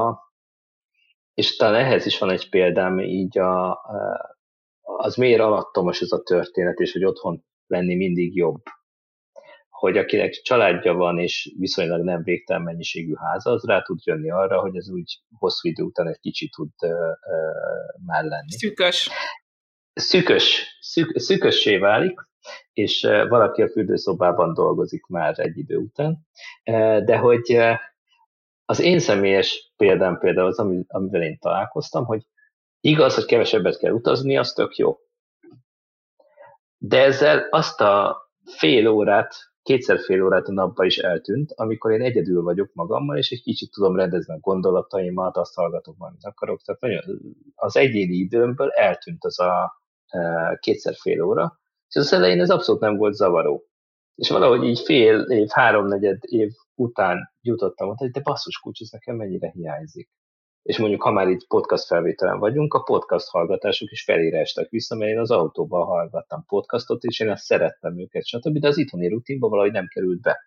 és talán ehhez is van egy példám, így az miért alattomos ez a történet, és hogy otthon lenni mindig jobb. Hogy akinek családja van, és viszonylag nem végtelen mennyiségű háza, az rá tud jönni arra, hogy ez úgy hosszú idő után egy kicsit tud már lenni. Szűkössé válik, és valaki a fürdőszobában dolgozik már egy idő után. De hogy az én személyes példám például az, amivel én találkoztam, hogy igaz, hogy kevesebbet kell utazni, az tök jó. De ezzel azt a kétszer fél órát a napban is eltűnt, amikor én egyedül vagyok magammal, és egy kicsit tudom rendezni a gondolataimat, azt hallgatok, amit akarok. Tehát az egyéni időmből eltűnt az a kétszer fél óra, és az elején ez abszolút nem volt zavaró. És valahogy így fél év, háromnegyed év után jutottam, hogy de basszus kulcs, ez nekem mennyire hiányzik. És mondjuk, ha már itt podcast felvételen vagyunk, a podcast hallgatások is felére estek vissza, mert én az autóban hallgattam podcastot, és én azt szerettem őket, stb., de az itthoni rutinba valahogy nem került be.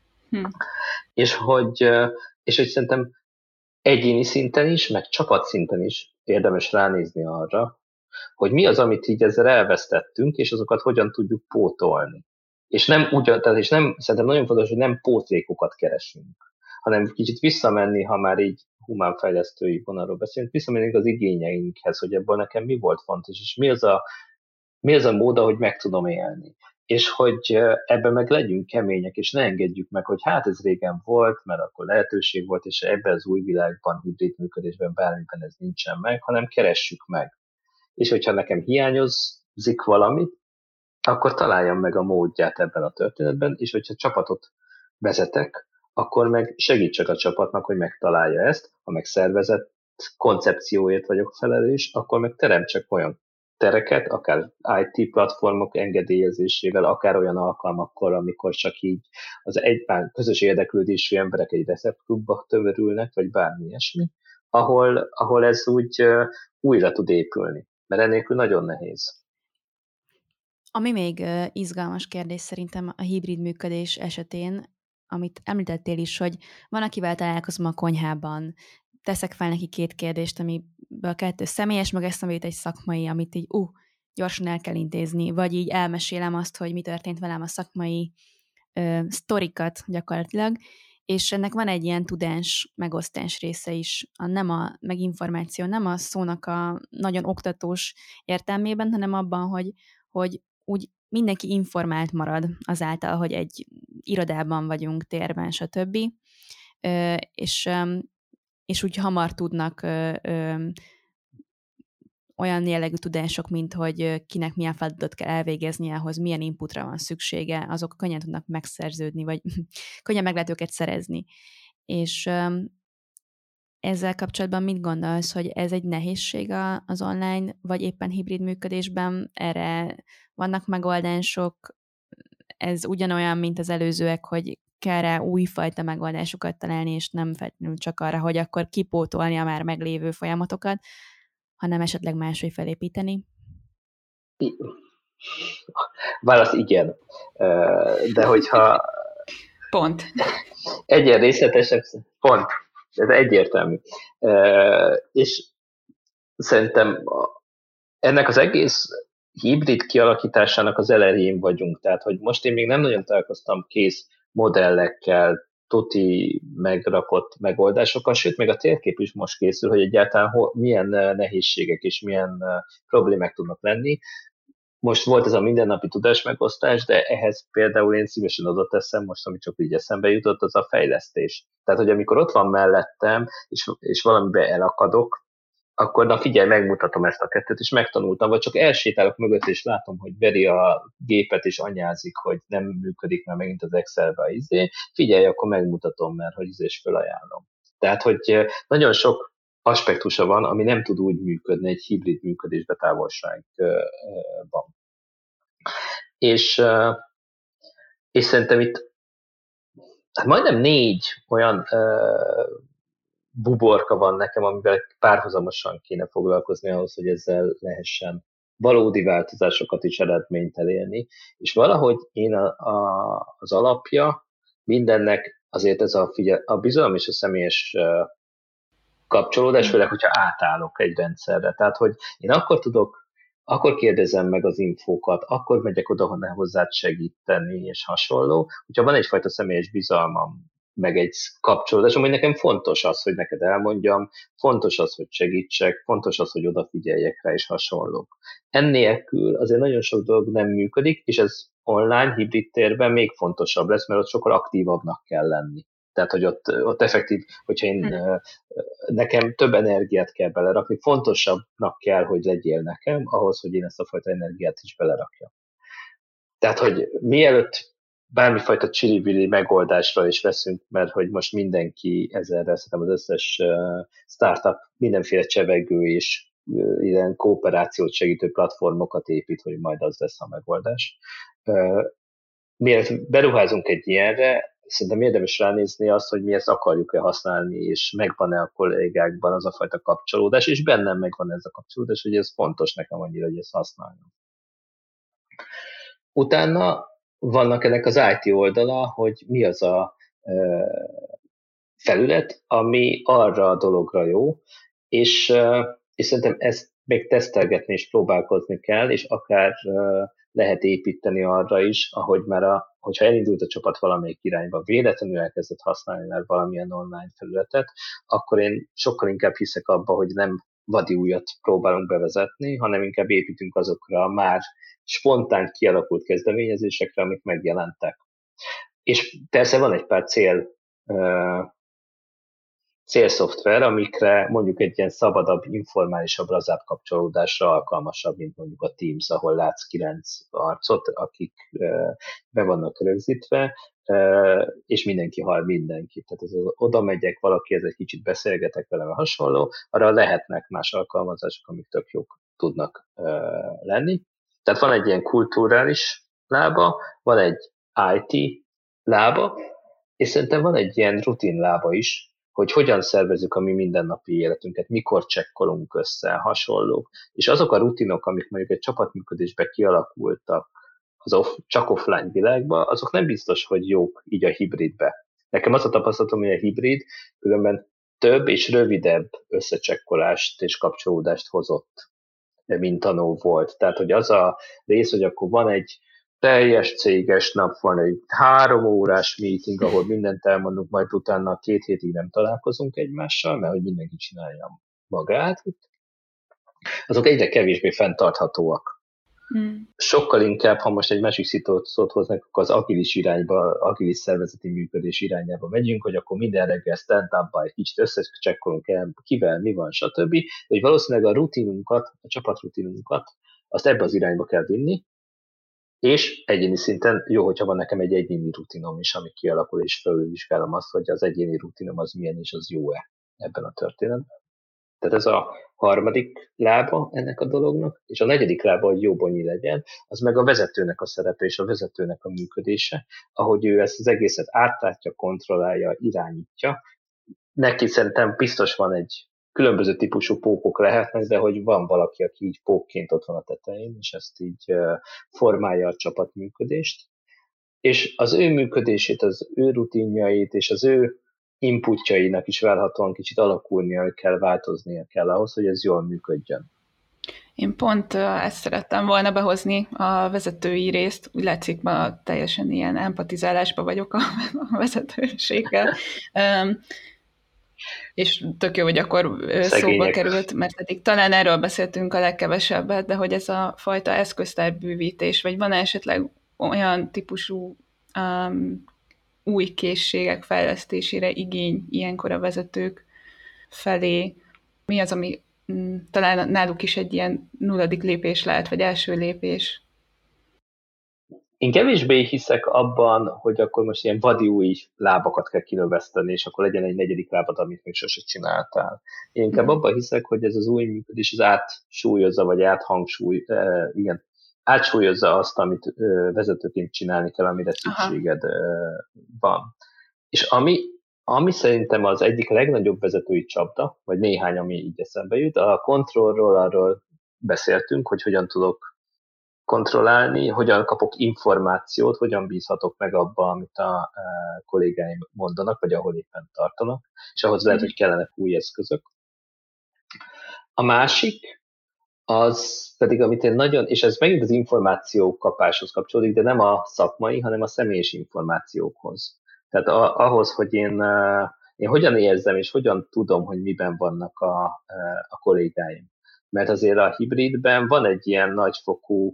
És hogy szerintem egyéni szinten is, meg csapatszinten is érdemes ránézni arra, hogy mi az, amit így ezzel elvesztettünk, és azokat hogyan tudjuk pótolni. És szerintem nagyon fontos, hogy nem pótlékokat keresünk, hanem kicsit visszamenni, ha már így humánfejlesztői vonalról beszélünk, visszamenni az igényeinkhez, hogy ebből nekem mi volt fontos, és mi az a mód, ahogy meg tudom élni. És hogy ebben meg legyünk kemények, és ne engedjük meg, hogy hát ez régen volt, mert akkor lehetőség volt, és ebben az új világban, hibrid működésben, bármiben ez nincsen meg, hanem keressük meg. És hogyha nekem hiányozik valamit, akkor találjam meg a módját ebben a történetben, és hogyha csapatot vezetek, akkor meg segítsek a csapatnak, hogy megtalálja ezt, ha meg szervezet koncepcióért vagyok felelős, akkor meg teremtsek olyan tereket, akár IT platformok engedélyezésével, akár olyan alkalmakkor, amikor csak így az egyben közös érdeklődésű emberek egy receptklubba tömörülnek, vagy bármi ilyesmi, ahol ez úgy újra tud épülni, mert ennélkül nagyon nehéz. Ami még izgalmas kérdés szerintem a hibrid működés esetén, amit említettél is, hogy van, akivel találkozom a konyhában, teszek fel neki 2 kérdést, amiből 2 személyes, meg eszembe egy szakmai, amit így gyorsan el kell intézni, vagy így elmesélem azt, hogy mi történt velem a szakmai sztorikat gyakorlatilag, és ennek van egy ilyen tudás megosztás része is, meg információ, nem a szónak a nagyon oktatós értelmében, hanem abban, hogy úgy mindenki informált marad azáltal, hogy egy irodában vagyunk, térben, stb. És úgy hamar tudnak olyan jellegű tudások, mint hogy kinek milyen feladatot kell elvégeznie, ahhoz milyen inputra van szüksége, azok könnyen tudnak megszerződni, vagy könnyen meg lehet őket szerezni. És ezzel kapcsolatban mit gondolsz, hogy ez egy nehézség az online, vagy éppen hibrid működésben? Erre vannak megoldások? Ez ugyanolyan, mint az előzőek, hogy kell rá újfajta megoldásokat találni, és nem feltétlenül csak arra, hogy akkor kipótolni a már meglévő folyamatokat, hanem esetleg máshogy felépíteni? Válasz igen. De hogyha... Pont. Egyen részletesebb... Pont. Ez egyértelmű. És szerintem ennek az egész hibrid kialakításának az elején vagyunk. Tehát, hogy most én még nem nagyon találkoztam kész modellekkel, tuti megrakott megoldásokkal, sőt, még a térkép is most készül, hogy egyáltalán milyen nehézségek és milyen problémák tudnak lenni. most volt ez a mindennapi tudásmegosztás, de ehhez például én szívesen oda teszem, most ami csak így eszembe jutott, az a fejlesztés. Tehát, hogy amikor ott van mellettem, és valamiben elakadok, akkor na figyelj, megmutatom ezt a kettőt, és megtanultam, vagy csak elsétálok mögött, és látom, hogy veri a gépet, és anyázik, hogy nem működik már megint az Excelbe a figyelj, akkor megmutatom, mert hogy és fölajánlom. Tehát, hogy nagyon sok aspektusa van, ami nem tud úgy működni egy hibrid működésbe távolságban. És szerintem itt hát majdnem 4 olyan buborka van nekem, amivel párhuzamosan kéne foglalkozni ahhoz, hogy ezzel lehessen valódi változásokat is eredményt elérni. És valahogy én az alapja mindennek azért ez a bizalom és a személyes kapcsolódás, főleg, hogyha átállok egy rendszerre. Tehát, hogy én akkor kérdezem meg az infókat, akkor megyek oda, ha hozzád segíteni, és hasonló. Hogyha van egyfajta személyes bizalmam, meg egy kapcsolódásom, hogy nekem fontos az, hogy neked elmondjam, fontos az, hogy segítsek, fontos az, hogy odafigyeljek rá, és hasonlók. Ennélkül azért nagyon sok dolog nem működik, és ez online, hibrid térben még fontosabb lesz, mert ott sokkal aktívabbnak kell lenni. Tehát, hogy ott effektív, hogyha nekem több energiát kell belerakni, fontosabbnak kell, hogy legyél nekem, ahhoz, hogy én ezt a fajta energiát is belerakjam. Tehát, hogy mielőtt bármifajta csili-bili megoldásra is veszünk, mert hogy most mindenki ezerre, szerintem az összes startup mindenféle csevegő és ilyen kooperációt segítő platformokat épít, hogy majd az lesz a megoldás. Mielőtt beruházunk egy ilyenre, szerintem érdemes ránézni azt, hogy mi ezt akarjuk-e használni, és megvan-e a kollégákban az a fajta kapcsolódás, és bennem megvan ez a kapcsolódás, hogy ez fontos nekem annyira, hogy ezt használjam. Utána vannak ennek az IT oldala, hogy mi az a felület, ami arra a dologra jó, és szerintem ezt még tesztelgetni és próbálkozni kell, és akár lehet építeni arra is, ahogy már hogyha elindult a csapat valamelyik irányba, véletlenül elkezdett használni már valamilyen online felületet, akkor én sokkal inkább hiszek abba, hogy nem vadi újat próbálunk bevezetni, hanem inkább építünk azokra a már spontán kialakult kezdeményezésekre, amik megjelentek. És persze van egy pár célszoftver, amikre mondjuk egy ilyen szabadabb, informálisabb, lazább kapcsolódásra alkalmasabb, mint mondjuk a Teams, ahol látsz 9 arcot, akik be vannak rögzítve, és mindenki hall mindenkit. Tehát oda megyek, valakihez egy kicsit beszélgetek vele, hasonló, arra lehetnek más alkalmazások, amik tök jók tudnak lenni. Tehát van egy ilyen kulturális lába, van egy IT lába, és szerintem van egy ilyen rutin lába is, hogy hogyan szervezzük a mi mindennapi életünket, mikor csekkolunk össze, hasonlók. És azok a rutinok, amik mondjuk egy csapatműködésben kialakultak csak offline világban, azok nem biztos, hogy jók így a hibridbe. Nekem az a tapasztalatom, hogy a hibrid különben több és rövidebb összecsekkolást és kapcsolódást hozott, mint tanó volt. Tehát, hogy az a rész, hogy akkor van egy teljes céges nap, van egy 3 órás meeting, ahol mindent elmondunk, majd utána 2 hétig nem találkozunk egymással, mert hogy mindenki csinálja magát. Azok egyre kevésbé fenntarthatóak. Sokkal inkább, ha most egy másik szót hoznak, akkor az agilis irányba, agilis szervezeti működés irányába megyünk, hogy akkor minden reggel stand-up-ba egy kicsit összecsekkolunk el, kivel, mi van, stb. Hogy valószínűleg a rutinunkat, a csapatrutinunkat, azt ebbe az irányba kell vinni, és egyéni szinten jó, hogyha van nekem egy egyéni rutinom is, ami kialakul, és felülvizsgálom azt, hogy az egyéni rutinom az milyen, és az jó-e ebben a történetben. Tehát ez a harmadik lába ennek a dolognak, és a negyedik lába, hogy jó bonyi legyen, az meg a vezetőnek a szerepe és a vezetőnek a működése, ahogy ő ezt az egészet átlátja, kontrollálja, irányítja. Neki szerintem biztos van egy különböző típusú pókok lehetnek, de hogy van valaki, aki így pókként ott van a tetején, és ezt így formálja a csapatműködést. És az ő működését, az ő rutinjait és az ő inputjainak is várhatóan kicsit alakulnia kell, változnia kell ahhoz, hogy ez jól működjön. Én pont ezt szerettem volna behozni a vezetői részt, úgy látszik, ma teljesen ilyen empatizálásban vagyok a vezetőséggel. És tök jó, hogy akkor szóba Szegények. került, mert eddig talán erről beszéltünk a legkevesebbet, de hogy ez a fajta eszköztárbővítés, vagy van esetleg olyan típusú új készségek fejlesztésére igény ilyenkor a vezetők felé? Mi az, ami talán náluk is egy ilyen nulladik lépés lehet, vagy első lépés? Én kevésbé hiszek abban, hogy akkor most ilyen vadi új lábakat kell kinöveszteni, és akkor legyen egy negyedik lábad, amit még sose csináltál. Én inkább abban hiszek, hogy ez az új működés az átsúlyozza, vagy átsúlyozza azt, amit vezetőként csinálni kell, amire szükséged van. És ami szerintem az egyik legnagyobb vezetői csapda, vagy néhány, ami így eszembe jut, a kontrollról arról beszéltünk, hogy hogyan tudok kontrollálni, hogyan kapok információt, hogyan bízhatok meg abba, amit a kollégáim mondanak, vagy ahol éppen tartanak, és ahhoz lehet, hogy kellenek új eszközök. A másik, az pedig, amit én nagyon, és ez megint az információkapáshoz kapcsolódik, de nem a szakmai, hanem a személyes információkhoz. Tehát ahhoz, hogy én hogyan érzem, és hogyan tudom, hogy miben vannak a kollégáim. Mert azért a hibridben van egy ilyen nagyfokú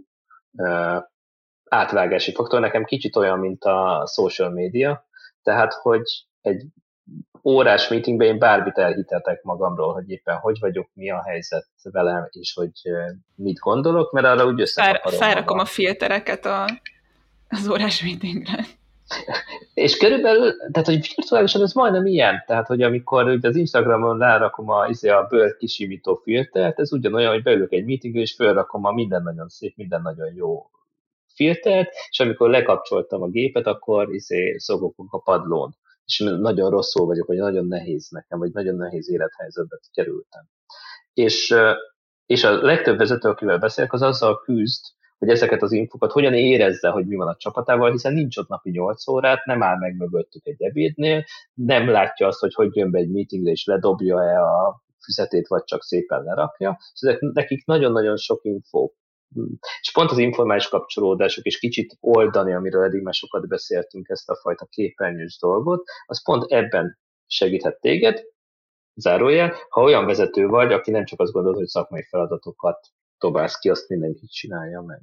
átvágási faktor, nekem kicsit olyan, mint a social media, tehát, hogy egy órás meetingben én bármit elhitetek magamról, hogy éppen hogy vagyok, mi a helyzet velem, és hogy mit gondolok, mert arra úgy összekaparom. Felrakom a filtereket az órás meetingre. És körülbelül, tehát hogy virtuálisan ez majdnem ilyen, tehát hogy amikor ugye az Instagramon rárakom a bőr kisimító filtert, ez ugyanolyan, hogy beülök egy meetingre, és felrakom a minden nagyon szép, minden nagyon jó filtert, és amikor lekapcsoltam a gépet, akkor szogok a padlón. És nagyon rosszul vagyok, vagy nagyon nehéz nekem, vagy nagyon nehéz élethelyzetbe kerültem. És a legtöbb vezető, akivel beszélek, az azzal küzd, hogy ezeket az infokat hogyan érezze, hogy mi van a csapatával, hiszen nincs ott napi 8 órát, nem áll meg mögöttük egy ebédnél, nem látja azt, hogy jön be egy meetingre, és ledobja-e a füzetét, vagy csak szépen lerakja. Ezek nekik nagyon-nagyon sok info. És pont az informális kapcsolódások, és kicsit oldani, amiről eddig már sokat beszéltünk, ezt a fajta képernyős dolgot, az pont ebben segíthet téged, zárójel, ha olyan vezető vagy, aki nem csak azt gondolod, hogy szakmai feladatokat dobálsz ki, azt mindenki csinálja meg,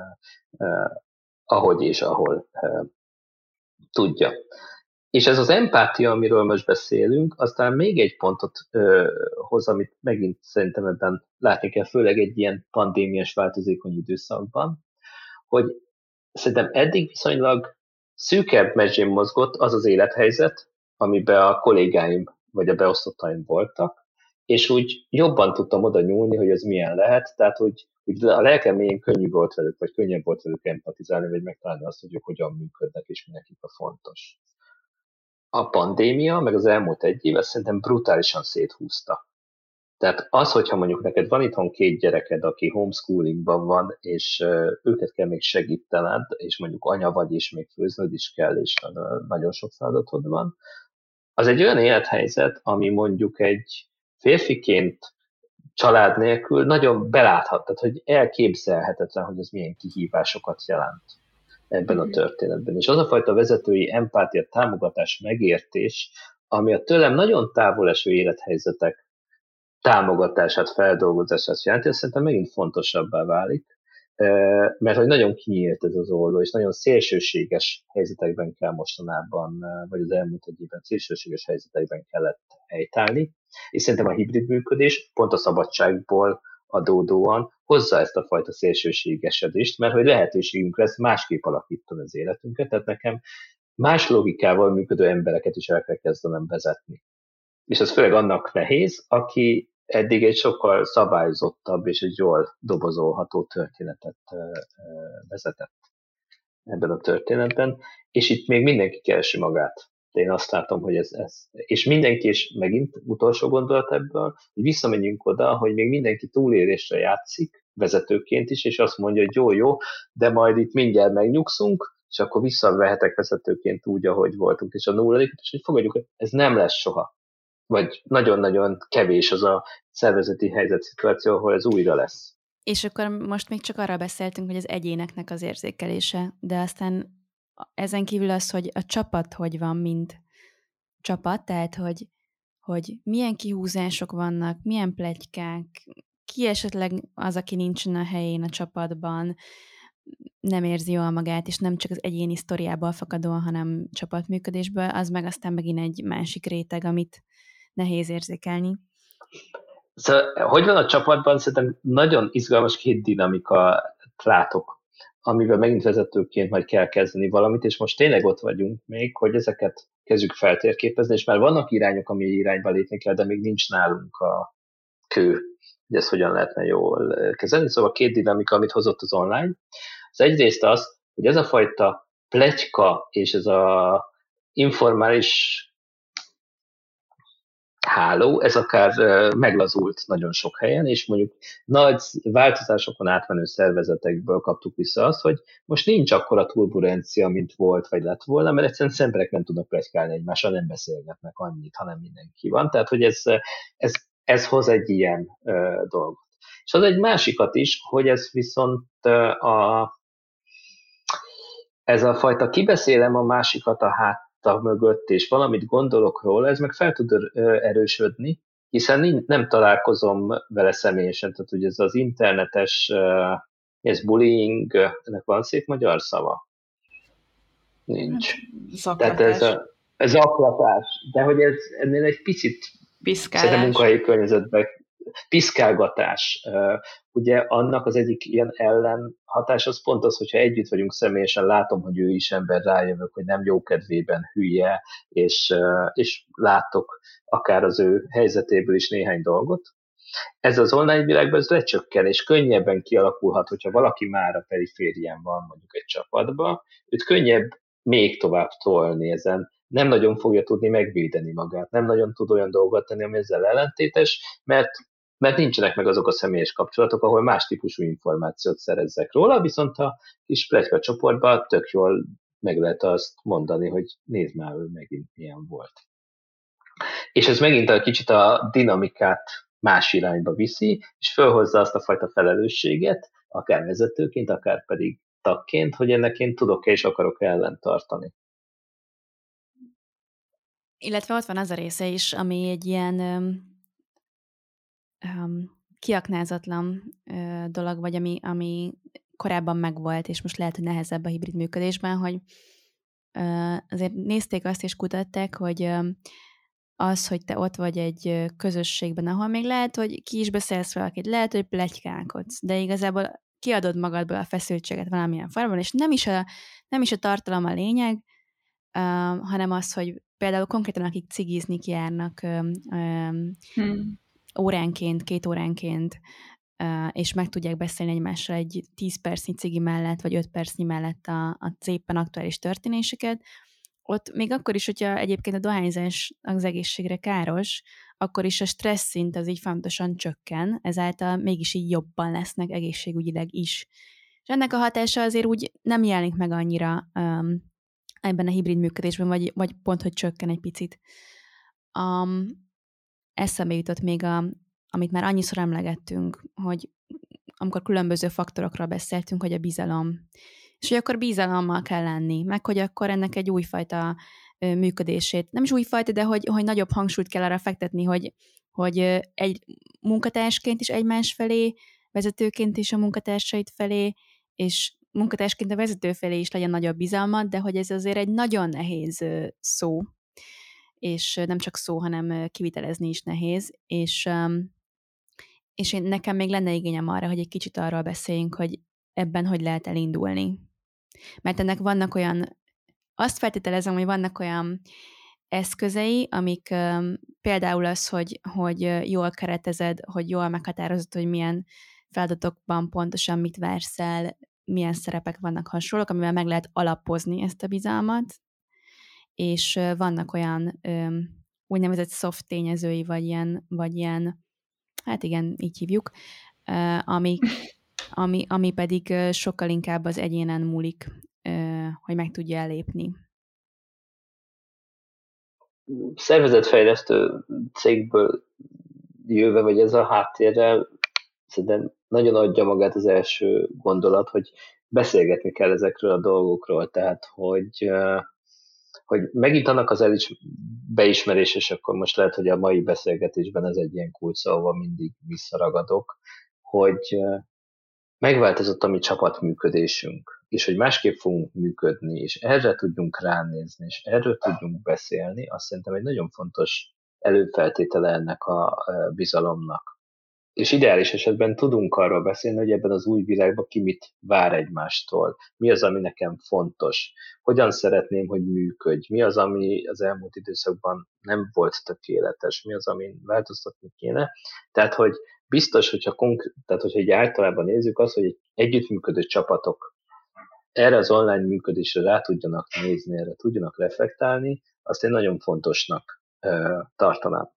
ahogy és ahol tudja. És ez az empátia, amiről most beszélünk, aztán még egy pontot hoz, amit megint szerintem ebben látni kell, főleg egy ilyen pandémiás változékony időszakban, hogy szerintem eddig viszonylag szűkebb mezsén mozgott az az élethelyzet, amiben a kollégáim vagy a beosztottaim voltak, és úgy jobban tudtam oda nyúlni, hogy ez milyen lehet, tehát hogy a lelkem mélyén könnyű volt velük, vagy könnyebb volt velük empatizálni, vagy megtalálni azt, hogy ők hogyan működnek, és mi nekik a fontos. A pandémia, meg az elmúlt egy év, ezt szerintem brutálisan széthúzta. Tehát az, hogyha mondjuk neked van itthon 2 gyereked, aki homeschoolingban van, és őket kell még segítened, és mondjuk anya vagy, és még főznöd is kell, és nagyon sok feladatod van, az egy olyan élethelyzet, ami mondjuk egy férfiként család nélkül nagyon beláthat, tehát hogy elképzelhetetlen, hogy ez milyen kihívásokat jelent ebben a történetben. És az a fajta vezetői empátia, támogatás, megértés, ami a tőlem nagyon távol eső élethelyzetek támogatását, feldolgozását jelenti, ez szerintem megint fontosabbá válik, mert hogy nagyon kinyílt ez az olló, és nagyon szélsőséges helyzetekben kell mostanában, vagy az elmúlt egy évben szélsőséges helyzetekben kellett helytállni, és szerintem a hibrid működés pont a szabadságból adódóan hozza ezt a fajta szélsőségesedést, mert hogy lehetőségünk lesz másképp alakítani az életünket, tehát nekem más logikával működő embereket is el kell kezdenem vezetni. És ez főleg annak nehéz, aki eddig egy sokkal szabályozottabb és egy jól dobozolható történetet vezetett ebben a történetben, és itt még mindenki keresi magát. De én azt látom, hogy ez. És mindenki, és megint utolsó gondolat ebből, hogy visszamegyünk oda, hogy még mindenki túlélésre játszik, vezetőként is, és azt mondja, hogy jó, de majd itt mindjárt megnyugszunk, és akkor visszavehetek vezetőként úgy, ahogy voltunk, és a nulladikat, és hogy fogadjuk, ez nem lesz soha. Vagy nagyon-nagyon kevés az a szervezeti helyzetszituáció, ahol ez újra lesz. És akkor most még csak arra beszéltünk, hogy az egyéneknek az érzékelése, de aztán ezen kívül az, hogy a csapat hogy van, mint csapat, tehát hogy milyen kihúzások vannak, milyen pletykák, ki esetleg az, aki nincsen a helyén a csapatban, nem érzi jól magát, és nem csak az egyéni sztoriából fakadóan, hanem csapatműködésből, az meg aztán megint egy másik réteg, amit nehéz érzékelni. Szóval, hogy van a csapatban, szerintem nagyon izgalmas két dinamika látok, amivel megint vezetőként majd kell kezdeni valamit, és most tényleg ott vagyunk még, hogy ezeket kezdjük feltérképezni, és már vannak irányok, ami irányba lépni kell, de még nincs nálunk a kő, hogy ezt hogyan lehetne jól kezelni. Szóval két dinamika, amit hozott az online. Az egyrészt az, hogy ez a fajta pletyka és ez a informális háló, ez akár meglazult nagyon sok helyen, és mondjuk nagy változásokon átmenő szervezetekből kaptuk vissza azt, hogy most nincs akkora turbulencia, mint volt, vagy lett volna, mert egyszerűen az emberek nem tudnak pletykálni egymással, nem beszélgetnek annyit, hanem mindenki van. Tehát, hogy ez hoz egy ilyen dolgot. És az egy másikat is, hogy ez viszont ez a fajta kibeszélem a másikat a háta mögött, és valamit gondolok róla, ez meg fel tud erősödni, hiszen nem találkozom vele személyesen, tehát ugye ez az internetes, ez bullying, ennek van szép magyar szava? Nincs. Zaklatás. Tehát ez zaklatás, de hogy ez ennél egy picit szerintem munkahelyi környezetben piszkálgatás. Ugye annak az egyik ilyen ellenhatás az pont az, hogyha együtt vagyunk személyesen, látom, hogy ő is ember, rájövök, hogy nem jó kedvében hülye, és látok akár az ő helyzetéből is néhány dolgot. Ez az online világban ez lecsökken, és könnyebben kialakulhat, hogyha valaki már a periférián van mondjuk egy csapatban, őt könnyebb még tovább tolni ezen. Nem nagyon fogja tudni megvédeni magát, nem nagyon tud olyan dolgot tenni, ami ezzel ellentétes, mert nincsenek meg azok a személyes kapcsolatok, ahol más típusú információt szerezzek róla, viszont a kis pletyka csoportban tök jól meg lehet azt mondani, hogy nézd már, ő megint milyen volt. És ez megint egy kicsit a dinamikát más irányba viszi, és fölhozza azt a fajta felelősséget, akár vezetőként, akár pedig tagként, hogy ennek én tudok-e és akarok ellen tartani. Illetve ott van az a része is, ami egy ilyen kiaknázatlan dolog, vagy ami korábban megvolt, és most lehet, hogy nehezebb a hibrid működésben, hogy azért nézték azt és kutatták, hogy az, hogy te ott vagy egy közösségben, ahol még lehet, hogy ki is beszélsz valakit, lehet, hogy pletykálkodsz, de igazából kiadod magadból a feszültséget valamilyen formában, és nem is a tartalom a lényeg, hanem az, hogy például konkrétan akik cigizni járnak óránként, 2 óránként, és meg tudják beszélni egymással egy 10 percnyi cigi mellett, vagy 5 percnyi mellett a éppen aktuális történéseket, ott még akkor is, hogyha egyébként a dohányzás az egészségre káros, akkor is a stressz szint az így fontosan csökken, ezáltal mégis így jobban lesznek egészségügyileg is. És ennek a hatása azért úgy nem jelenik meg annyira ebben a hibrid működésben, vagy pont, hogy csökken egy picit. Eszembe jutott még, amit már annyiszor emlegettünk, hogy amikor különböző faktorokról beszéltünk, hogy a bizalom. És hogy akkor bizalommal kell lenni, meg hogy akkor ennek egy újfajta működését, nem is újfajta, de hogy nagyobb hangsúlyt kell arra fektetni, hogy egy munkatársként is egymás felé, vezetőként is a munkatársait felé, és munkatársként a vezető felé is legyen nagyobb bizalmat, de hogy ez azért egy nagyon nehéz szó, és nem csak szó, hanem kivitelezni is nehéz, és nekem még lenne igényem arra, hogy egy kicsit arról beszéljünk, hogy ebben hogy lehet elindulni. Mert ennek vannak olyan, azt feltételezem, hogy vannak olyan eszközei, amik például az, hogy jól keretezed, hogy jól meghatározod, hogy milyen feladatokban pontosan mit vársz el, milyen szerepek vannak hasonlók, amivel meg lehet alapozni ezt a bizalmat, és vannak olyan úgynevezett soft tényezői, vagy ilyen, hát igen, így hívjuk, ami pedig sokkal inkább az egyénen múlik, hogy meg tudja elépni. Szervezetfejlesztő cégből jöve, vagy ez a háttérrel, szerintem nagyon adja magát az első gondolat, hogy beszélgetni kell ezekről a dolgokról, tehát hogy hogy megint annak az beismerés, és akkor most lehet, hogy a mai beszélgetésben ez egy ilyen kulcs, ahova mindig visszaragadok, hogy megváltozott a mi csapatműködésünk, és hogy másképp fogunk működni, és erre tudjunk ránézni, és erről tudjunk beszélni, azt szerintem egy nagyon fontos előfeltétele ennek a bizalomnak. És ideális esetben tudunk arról beszélni, hogy ebben az új világban ki mit vár egymástól, mi az, ami nekem fontos, hogyan szeretném, hogy működj, mi az, ami az elmúlt időszakban nem volt tökéletes, mi az, amin változtatni kéne. Tehát, hogy biztos, tehát, hogyha egy általában nézzük azt, hogy egy együttműködő csapatok erre az online működésre rá tudjanak nézni, erre tudjanak reflektálni, azt én nagyon fontosnak tartanám.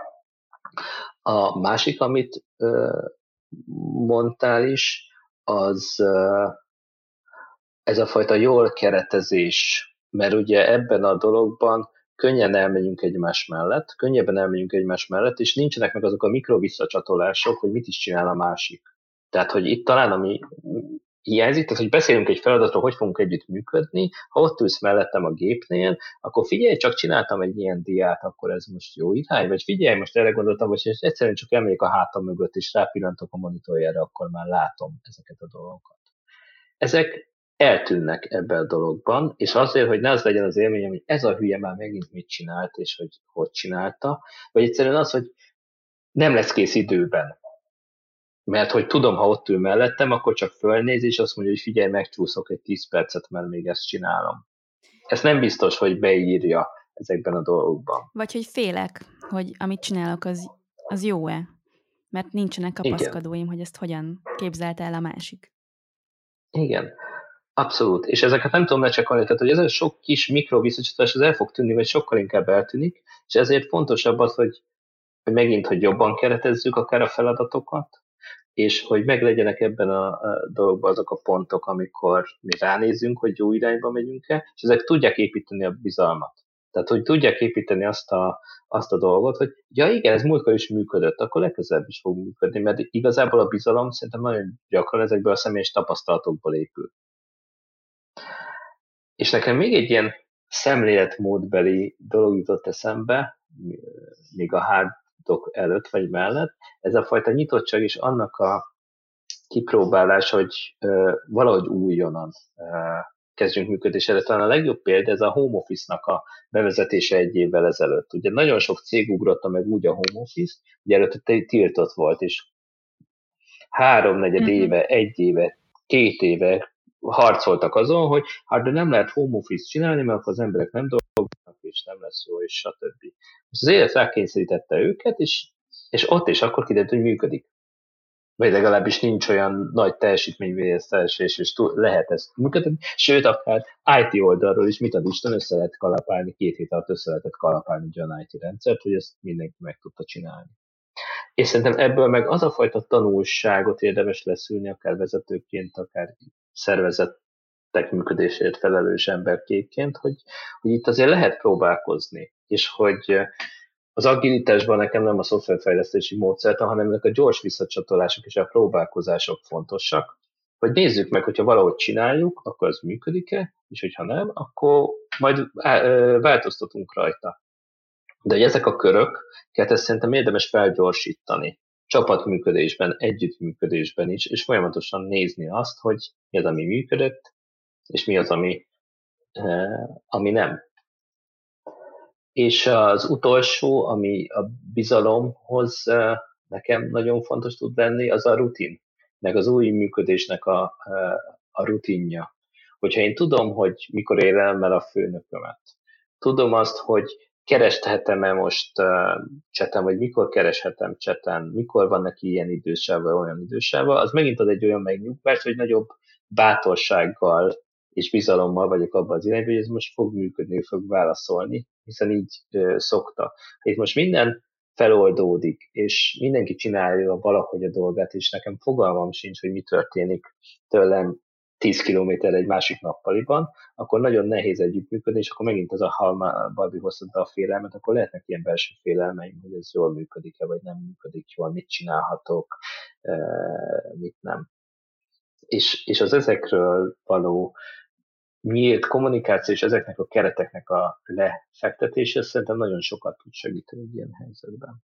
A másik, amit mondtál is, az ez a fajta jól keretezés, mert ugye ebben a dologban könnyen elmegyünk egymás mellett, könnyebben elmegyünk egymás mellett, és nincsenek meg azok a mikrovisszacsatolások, hogy mit is csinál a másik. Tehát, hogy itt talán ami hiányzik, tehát, hogy beszélünk egy feladatról, hogy fogunk együtt működni, ha ott ülsz mellettem a gépnél, akkor figyelj, csak csináltam egy ilyen diát, akkor ez most jó irány, vagy figyelj, most erre gondoltam, hogy egyszerűen csak elmegyek a hátam mögött, és rápillantok a monitorjára, akkor már látom ezeket a dolgokat. Ezek eltűnnek ebben a dologban, és azért, hogy ne az legyen az élményem, hogy ez a hülye már megint mit csinált, és hogy csinálta, vagy egyszerűen az, hogy nem lesz kész időben. Mert hogy tudom, ha ott ül mellettem, akkor csak fölnéz, és azt mondja, hogy figyelj, megcsúszok egy 10 percet, mert még ezt csinálom. Ezt nem biztos, hogy beírja ezekben a dolgokban. Vagy hogy félek, hogy amit csinálok, az jó-e? Mert nincsenek kapaszkodóim, hogy ezt hogyan képzelte el a másik. Igen, abszolút. És ezeket nem tudom lecsekolni, tehát hogy ez a sok kis mikrovisszacsatolás az el fog tűnni, vagy sokkal inkább eltűnik, és ezért fontosabb az, hogy megint, hogy jobban keretezzük akár a feladatokat, és hogy meglegyenek ebben a dologban azok a pontok, amikor mi ránézünk, hogy jó irányba megyünk-e, és ezek tudják építeni a bizalmat. Tehát, hogy tudják építeni azt a dolgot, hogy ja igen, ez múltkor is működött, akkor legközelebb is fog működni, mert igazából a bizalom szerintem nagyon gyakran ezekből a személyes tapasztalatokból épül. És nekem még egy ilyen szemléletmódbeli dolog jutott eszembe, még a hardok előtt vagy mellett, ez a fajta nyitottság és annak a kipróbálás, hogy valahogy újonnan kezdjünk működésre. Talán a legjobb példa ez a home office-nak a bevezetése egy évvel ezelőtt. Ugye nagyon sok cég ugrotta meg úgy a home office, ugye előtte tiltott volt, és 3-4 éve, 1 éve, 2 éve harcoltak azon, hogy hát de nem lehet home office csinálni, mert akkor az emberek nem dolgoznak, és nem lesz jó, és stb. És az élet rákényszerítette őket, és ott és akkor kiderült, hogy működik. Vagy legalábbis nincs olyan nagy teljesítményvégeztelés, és lehet ezt működni. Sőt, akár IT oldalról is, mit ad Isten, össze lehet kalapálni, 2 hét alatt össze lehetett kalapálni egy olyan IT rendszert, hogy ezt mindenki meg tudta csinálni. És szerintem ebből meg az a fajta tanulságot érdemes leszűrni, akár vezetőként, akár szervezetek működésért felelős emberkéként, hogy itt azért lehet próbálkozni, és hogy az agilitásban nekem nem a szoftverfejlesztési módszert, hanem ezek a gyors visszacsatolások és a próbálkozások fontosak, hogy nézzük meg, hogyha valahogy csináljuk, akkor az működik-e, és hogyha nem, akkor majd változtatunk rajta. De hogy ezek a köröket ezt szerintem érdemes felgyorsítani. Csapatműködésben, együttműködésben is, és folyamatosan nézni azt, hogy mi az, ami működött, és mi az, ami nem. És az utolsó, ami a bizalomhoz nekem nagyon fontos tud lenni, az a rutin, meg az új működésnek a rutinja. Hogyha én tudom, hogy mikor érem el a főnökömet, tudom azt, hogy kereshetem-e most cseten, vagy mikor kereshetem cseten, mikor van neki ilyen idősáva, olyan idősáva, az megint ad egy olyan megnyugvást, hogy nagyobb bátorsággal és bizalommal vagyok abban az irányban, hogy ez most fog működni, ő fog válaszolni, hiszen így szokta. Itt most minden feloldódik, és mindenki csinálja valahogy a dolgát, és nekem fogalmam sincs, hogy mi történik tőlem 10 kilométer egy másik nappaliban, akkor nagyon nehéz együttműködni, és akkor megint az a halma Barbie hozta be a félelmet, akkor lehetnek ilyen belső félelmeim, hogy ez jól működik-e, vagy nem működik jól, mit csinálhatok, mit nem. És az ezekről való nyílt kommunikáció és ezeknek a kereteknek a lefektetése szerintem nagyon sokat tud segíteni egy ilyen helyzetben.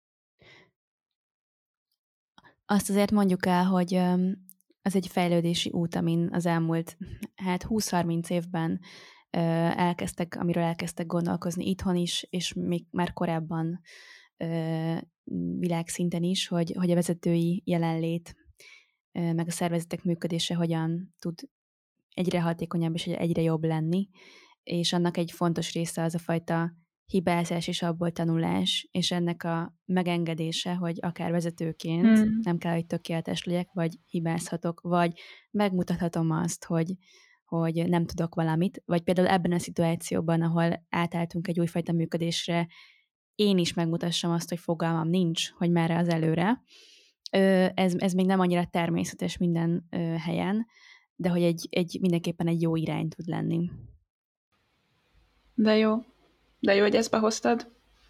Azt azért mondjuk el, hogy ez egy fejlődési út, amin az elmúlt 20-30 évben amiről elkezdtek gondolkozni itthon is, és még már korábban világszinten is, hogy a vezetői jelenlét, meg a szervezetek működése hogyan tud egyre hatékonyabb és egyre jobb lenni, és annak egy fontos része az a fajta hibázás és abból tanulás, és ennek a megengedése, hogy akár vezetőként nem kell, hogy tökéletes legyek, vagy hibázhatok, vagy megmutathatom azt, hogy nem tudok valamit, vagy például ebben a szituációban, ahol átálltunk egy újfajta működésre, én is megmutassam azt, hogy fogalmam nincs, hogy merre az előre. Ez még nem annyira természetes minden helyen, de hogy mindenképpen egy jó irány tud lenni. De jó, hogy ezt behoztad.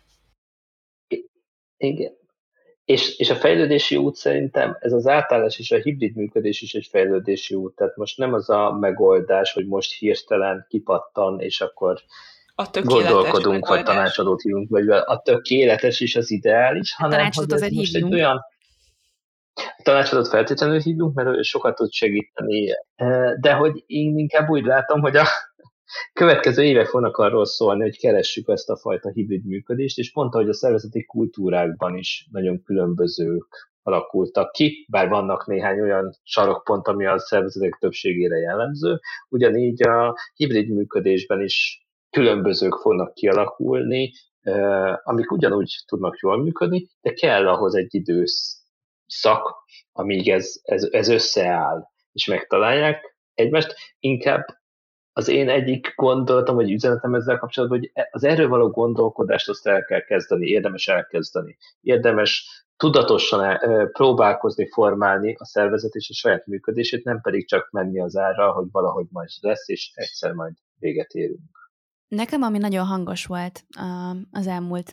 Igen. És a fejlődési út szerintem ez az átállás és a hibrid működés is egy fejlődési út. Tehát most nem az a megoldás, hogy most hirtelen kipattan, és akkor gondolkodunk, megoldás. Vagy tanácsadót hívunk, vagy a tökéletes is az ideális, hanem hogy ez most egy olyan tanácsadót feltétlenül hívunk, mert ő sokat tud segíteni. De hogy én inkább úgy látom, hogy a következő évek fognak arról szólni, hogy keressük ezt a fajta hibrid működést, és pont ahogy a szervezeti kultúrákban is nagyon különbözők alakultak ki, bár vannak néhány olyan sarokpont, ami a szervezetek többségére jellemző, ugyanígy a hibrid működésben is különbözők fognak kialakulni, amik ugyanúgy tudnak jól működni, de kell ahhoz egy időszak, amíg ez összeáll, és megtalálják egymást. Inkább az én egyik gondolatom, vagy üzenetem ezzel kapcsolatban, hogy az erről való gondolkodást azt el kell kezdeni, érdemes elkezdeni. Érdemes tudatosan próbálkozni, formálni a szervezet és a saját működését, nem pedig csak menni az árra, hogy valahogy majd lesz, és egyszer majd véget érünk. Nekem, ami nagyon hangos volt az elmúlt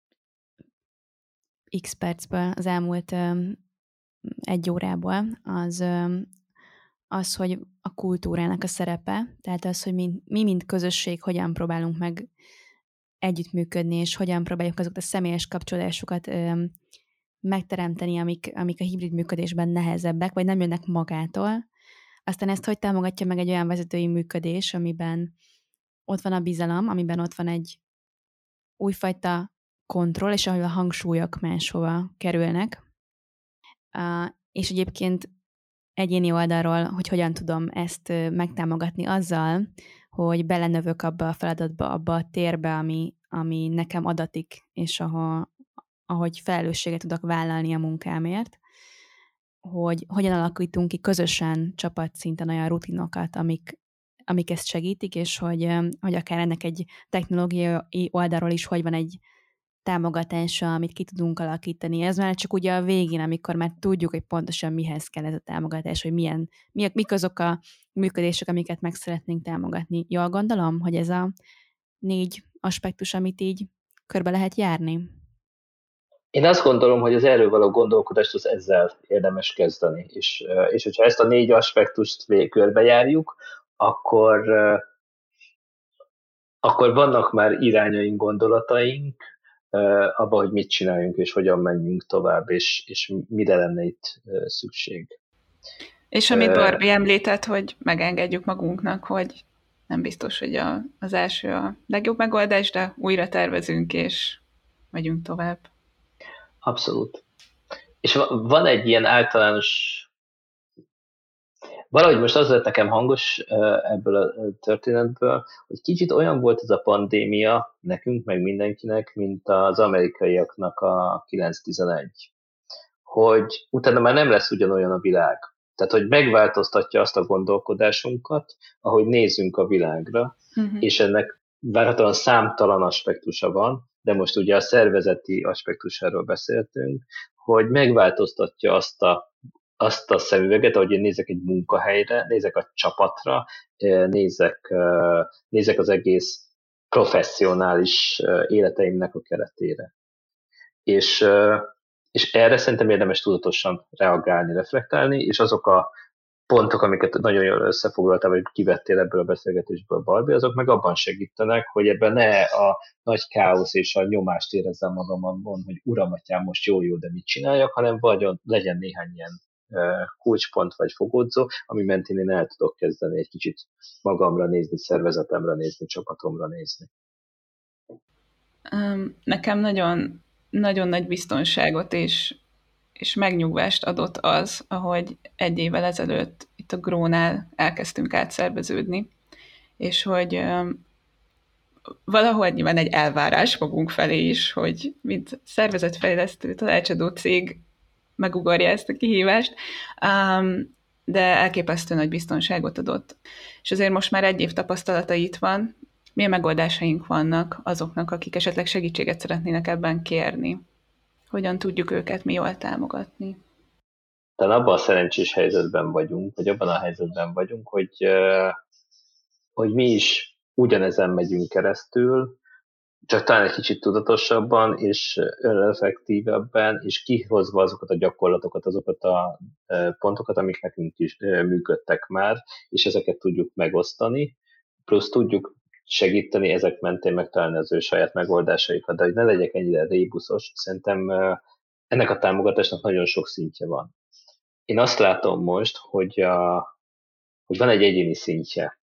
x percből, az elmúlt 1 órából, az, hogy a kultúrának a szerepe, tehát az, hogy mi mint közösség hogyan próbálunk meg együttműködni, és hogyan próbáljuk azokat a személyes kapcsolódásokat megteremteni, amik a hibrid működésben nehezebbek, vagy nem jönnek magától. Aztán ezt hogy támogatja meg egy olyan vezetői működés, amiben ott van a bizalom, amiben ott van egy újfajta kontroll, és ahol a hangsúlyok máshova kerülnek. És egyébként egyéni oldalról, hogy hogyan tudom ezt megtámogatni azzal, hogy belenövök abba a feladatba, abba a térbe, ami nekem adatik, és ahogy felelősséget tudok vállalni a munkámért, hogy hogyan alakítunk ki közösen csapatszinten olyan rutinokat, amik ezt segítik, és hogy akár ennek egy technológiai oldalról is, hogy van egy támogatása, amit ki tudunk alakítani. Ez már csak ugye a végén, amikor már tudjuk, hogy pontosan mihez kell ez a támogatás, hogy mik azok a működések, amiket meg szeretnénk támogatni. Jól gondolom, hogy ez a 4 aspektus, amit így körbe lehet járni? Én azt gondolom, hogy az erről való gondolkodást az ezzel érdemes kezdeni. És hogyha ezt a 4 aspektust körbejárjuk, akkor vannak már irányaink, gondolataink, abban, hogy mit csináljunk, és hogyan menjünk tovább, és mire lenne itt szükség. És amit Barbie említett, hogy megengedjük magunknak, hogy nem biztos, hogy az első a legjobb megoldás, de újra tervezünk, és megyünk tovább. Abszolút. És van egy ilyen általános... Valahogy most az lett nekem hangos ebből a történetből, hogy kicsit olyan volt ez a pandémia nekünk, meg mindenkinek, mint az amerikaiaknak a 9/11. Hogy utána már nem lesz ugyanolyan a világ. Tehát, hogy megváltoztatja azt a gondolkodásunkat, ahogy nézünk a világra, és ennek várhatóan számtalan aspektusa van, de most ugye a szervezeti aspektusáról beszéltünk, hogy megváltoztatja azt a szemüveget, ahogy én nézek egy munkahelyre, nézek a csapatra, nézek az egész professzionális életeimnek a keretére. És erre szerintem érdemes tudatosan reagálni, reflektálni, és azok a pontok, amiket nagyon jól összefoglaltál, vagy kivettél ebből a beszélgetésből, Barbi, azok meg abban segítenek, hogy ebben ne a nagy káosz és a nyomást érezzem magamon, hogy uram, atyám, most jó, de mit csináljak, hanem vagy legyen néhány ilyen kulcspont vagy fogódzó, ami mentén én el tudok kezdeni egy kicsit magamra nézni, szervezetemre nézni, csapatomra nézni. Nekem nagyon, nagyon nagy biztonságot és megnyugvást adott az, ahogy 1 évvel ezelőtt itt a Grónál elkezdtünk átszerveződni, és hogy valahol nyilván egy elvárás magunk felé is, hogy mint szervezetfejlesztő, tanácsadó cég megugorja ezt a kihívást, de elképesztő nagy biztonságot adott. És azért most már 1 év tapasztalata itt van, milyen megoldásaink vannak azoknak, akik esetleg segítséget szeretnének ebben kérni? Hogyan tudjuk őket mi jól támogatni? Talán abban a szerencsés helyzetben vagyunk, vagy abban a helyzetben vagyunk, hogy mi is ugyanezen megyünk keresztül, csak talán egy kicsit tudatosabban és önreflektívebben, és kihozva azokat a gyakorlatokat, azokat a pontokat, amik nekünk is működtek már, és ezeket tudjuk megosztani, plusz tudjuk segíteni ezek mentén megtalálni az ő saját megoldásaikat, de hogy ne legyek ennyire rébuszos, szerintem ennek a támogatásnak nagyon sok szintje van. Én azt látom most, hogy van egy egyéni szintje,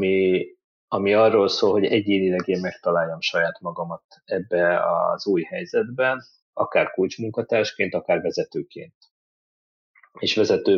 ami arról szól, hogy egyénileg én megtaláljam saját magamat ebbe az új helyzetben, akár kulcsmunkatársként, akár vezetőként. És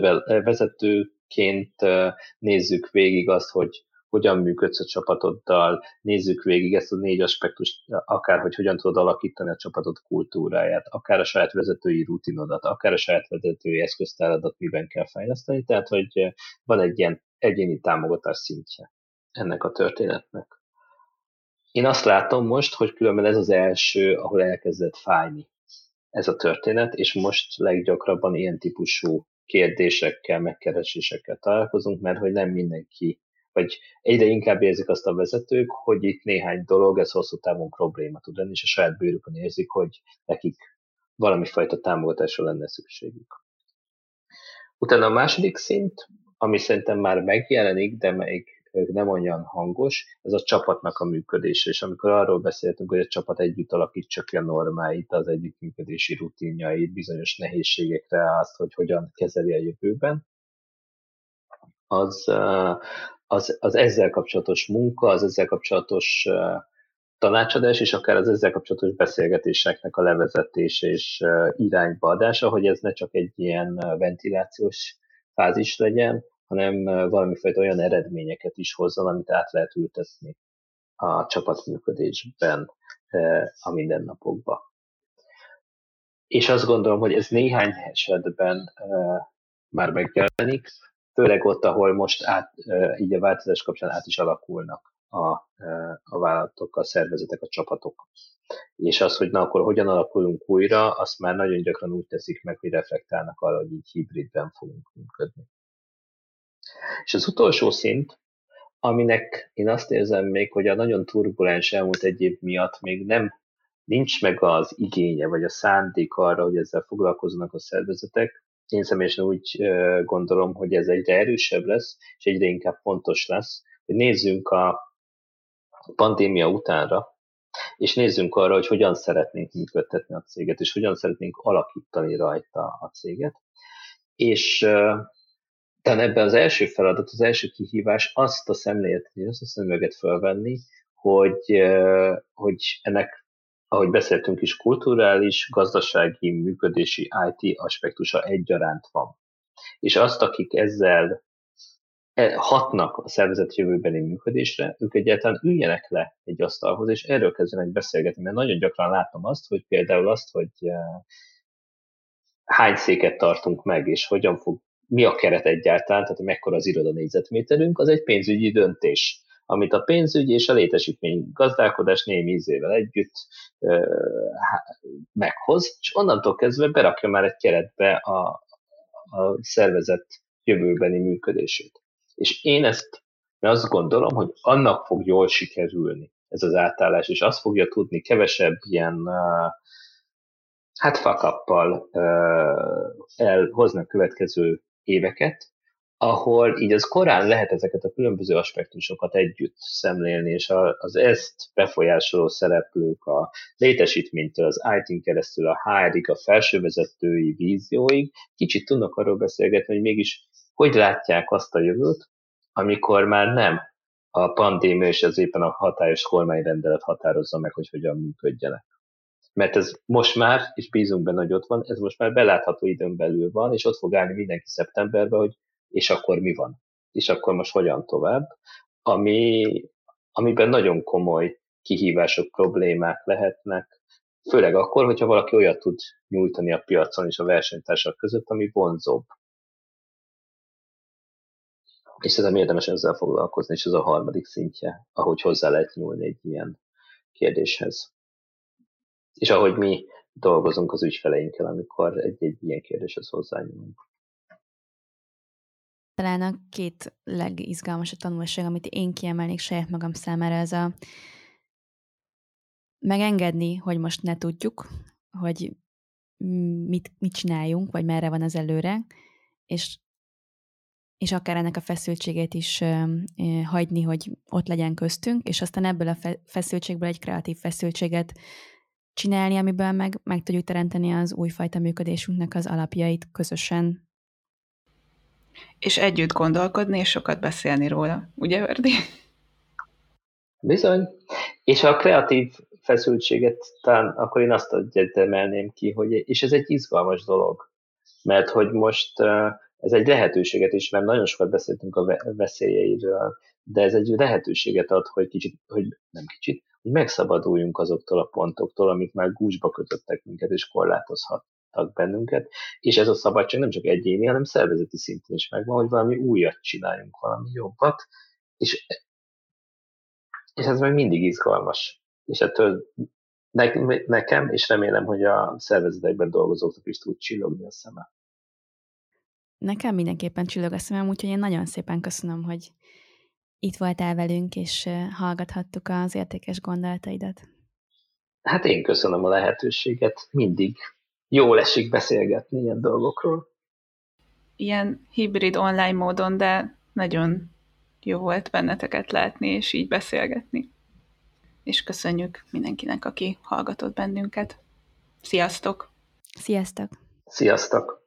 vezetőként nézzük végig azt, hogy hogyan működsz a csapatoddal, nézzük végig ezt a 4 aspektust, akár hogy hogyan tudod alakítani a csapatod kultúráját, akár a saját vezetői rutinodat, akár a saját vezetői eszköztáradat miben kell fejleszteni, tehát hogy van egy ilyen egyéni támogatás szintje ennek a történetnek. Én azt látom most, hogy különben ez az első, ahol elkezdett fájni ez a történet, és most leggyakrabban ilyen típusú kérdésekkel, megkeresésekkel találkozunk, mert hogy nem mindenki, vagy egyre inkább érzik azt a vezetők, hogy itt néhány dolog, ez hosszú távon probléma tud lenni, és a saját bőrükön érzik, hogy nekik valami fajta támogatásra lenne szükségük. Utána a második szint, ami szerintem már megjelenik, de még nem olyan hangos, ez a csapatnak a működése, és amikor arról beszéltünk, hogy a csapat együtt alakítsa ki a normáit, az együttműködési rutinjait, bizonyos nehézségekre azt, hogy hogyan kezeli a jövőben, az ezzel kapcsolatos munka, az ezzel kapcsolatos tanácsadás, és akár az ezzel kapcsolatos beszélgetéseknek a levezetése és iránybaadása, hogy ez ne csak egy ilyen ventilációs fázis legyen, hanem valamifajta olyan eredményeket is hozzon, amit át lehet ültetni a csapatműködésben a mindennapokban. És azt gondolom, hogy ez néhány esetben már megjelenik, főleg ott, ahol most így a változás kapcsán át is alakulnak a vállalatok, a szervezetek, a csapatok. És az, hogy na akkor hogyan alakulunk újra, azt már nagyon gyakran úgy teszik meg, hogy reflektálnak arra, hogy így hibridben fogunk működni. És az utolsó szint, aminek én azt érzem még, hogy a nagyon turbulens elmúlt 1 év miatt még nincs meg az igénye, vagy a szándék arra, hogy ezzel foglalkoznak a szervezetek. Én személyesen úgy gondolom, hogy ez egyre erősebb lesz, és egyre inkább fontos lesz, hogy nézzünk a pandémia utánra, és nézzünk arra, hogy hogyan szeretnénk működtetni a céget, és hogyan szeretnénk alakítani rajta a céget. És talán ebben az első feladat, az első kihívás azt a szemléletet, azt a szemüveget felvenni, hogy ennek, ahogy beszéltünk is, kulturális, gazdasági, működési, IT aspektusa egyaránt van. És azt, akik ezzel hatnak a szervezet jövőbeni működésre, ők egyáltalán üljenek le egy asztalhoz, és erről kezdenek beszélgetni, mert nagyon gyakran látom azt, hogy például azt, hogy hány széket tartunk meg, és mi a keret egyáltalán, tehát mekkora az iroda négyzetméterünk, az egy pénzügyi döntés, amit a pénzügy és a létesítmény gazdálkodás némi ízével együtt meghoz, és onnantól kezdve berakja már egy keretbe a szervezet jövőbeni működését. És én azt gondolom, hogy annak fog jól sikerülni ez az átállás, és azt fogja tudni kevesebb ilyen fuck up-pal elhozni a következő éveket, ahol így az korán lehet ezeket a különböző aspektusokat együtt szemlélni, és az ezt befolyásoló szereplők a létesítménytől, az IT-n keresztül a HR-ig, a felsővezetői vízióig kicsit tudnak arról beszélgetni, hogy mégis hogy látják azt a jövőt, amikor már nem a pandémia és ez éppen a hatályos kormányrendelet határozza meg, hogy hogyan működjenek. Mert ez most már, és bízunk benne, hogy ott van, ez most már belátható időn belül van, és ott fog állni mindenki szeptemberben, hogy és akkor mi van? És akkor most hogyan tovább? Amiben nagyon komoly kihívások, problémák lehetnek, főleg akkor, hogyha valaki olyat tud nyújtani a piacon és a versenytársak között, ami vonzóbb. És szerintem érdemes ezzel foglalkozni, és ez a harmadik szintje, ahogy hozzá lehet nyúlni egy ilyen kérdéshez. És ahogy mi dolgozunk az ügyfeleinkkel, amikor egy ilyen kérdéshez hozzányúlunk. Talán a két legizgalmasabb tanulság, amit én kiemelnék saját magam számára, ez a megengedni, hogy most ne tudjuk, hogy mit csináljunk, vagy merre van az előre, és akár ennek a feszültségét is hagyni, hogy ott legyen köztünk, és aztán ebből a feszültségből egy kreatív feszültséget csinálni, amiből meg tudjuk teremteni az újfajta működésünknek az alapjait közösen. És együtt gondolkodni, és sokat beszélni róla. Ugye, Verdi? Bizony. És a kreatív feszültséget talán akkor én azt emelném ki, hogy és ez egy izgalmas dolog. Mert hogy most ez egy lehetőséget is, mert nagyon sokat beszéltünk a veszélyeiről, de ez egy lehetőséget ad, hogy hogy megszabaduljunk azoktól a pontoktól, amik már gúzsba kötöttek minket, és korlátozhattak bennünket. És ez a szabadság nem csak egyéni, hanem szervezeti szinten is megvan, hogy valami újat csináljunk, valami jobbat, és ez meg mindig izgalmas. És ettől nekem, és remélem, hogy a szervezetekben dolgozóknak is tud csillogni a szeme. Nekem mindenképpen csillog a szemem, úgyhogy én nagyon szépen köszönöm, hogy itt voltál velünk, és hallgathattuk az értékes gondolataidat. Hát én köszönöm a lehetőséget, mindig jól esik beszélgetni ilyen dolgokról. Ilyen hibrid online módon, de nagyon jó volt benneteket látni, és így beszélgetni. És köszönjük mindenkinek, aki hallgatott bennünket. Sziasztok! Sziasztok! Sziasztok!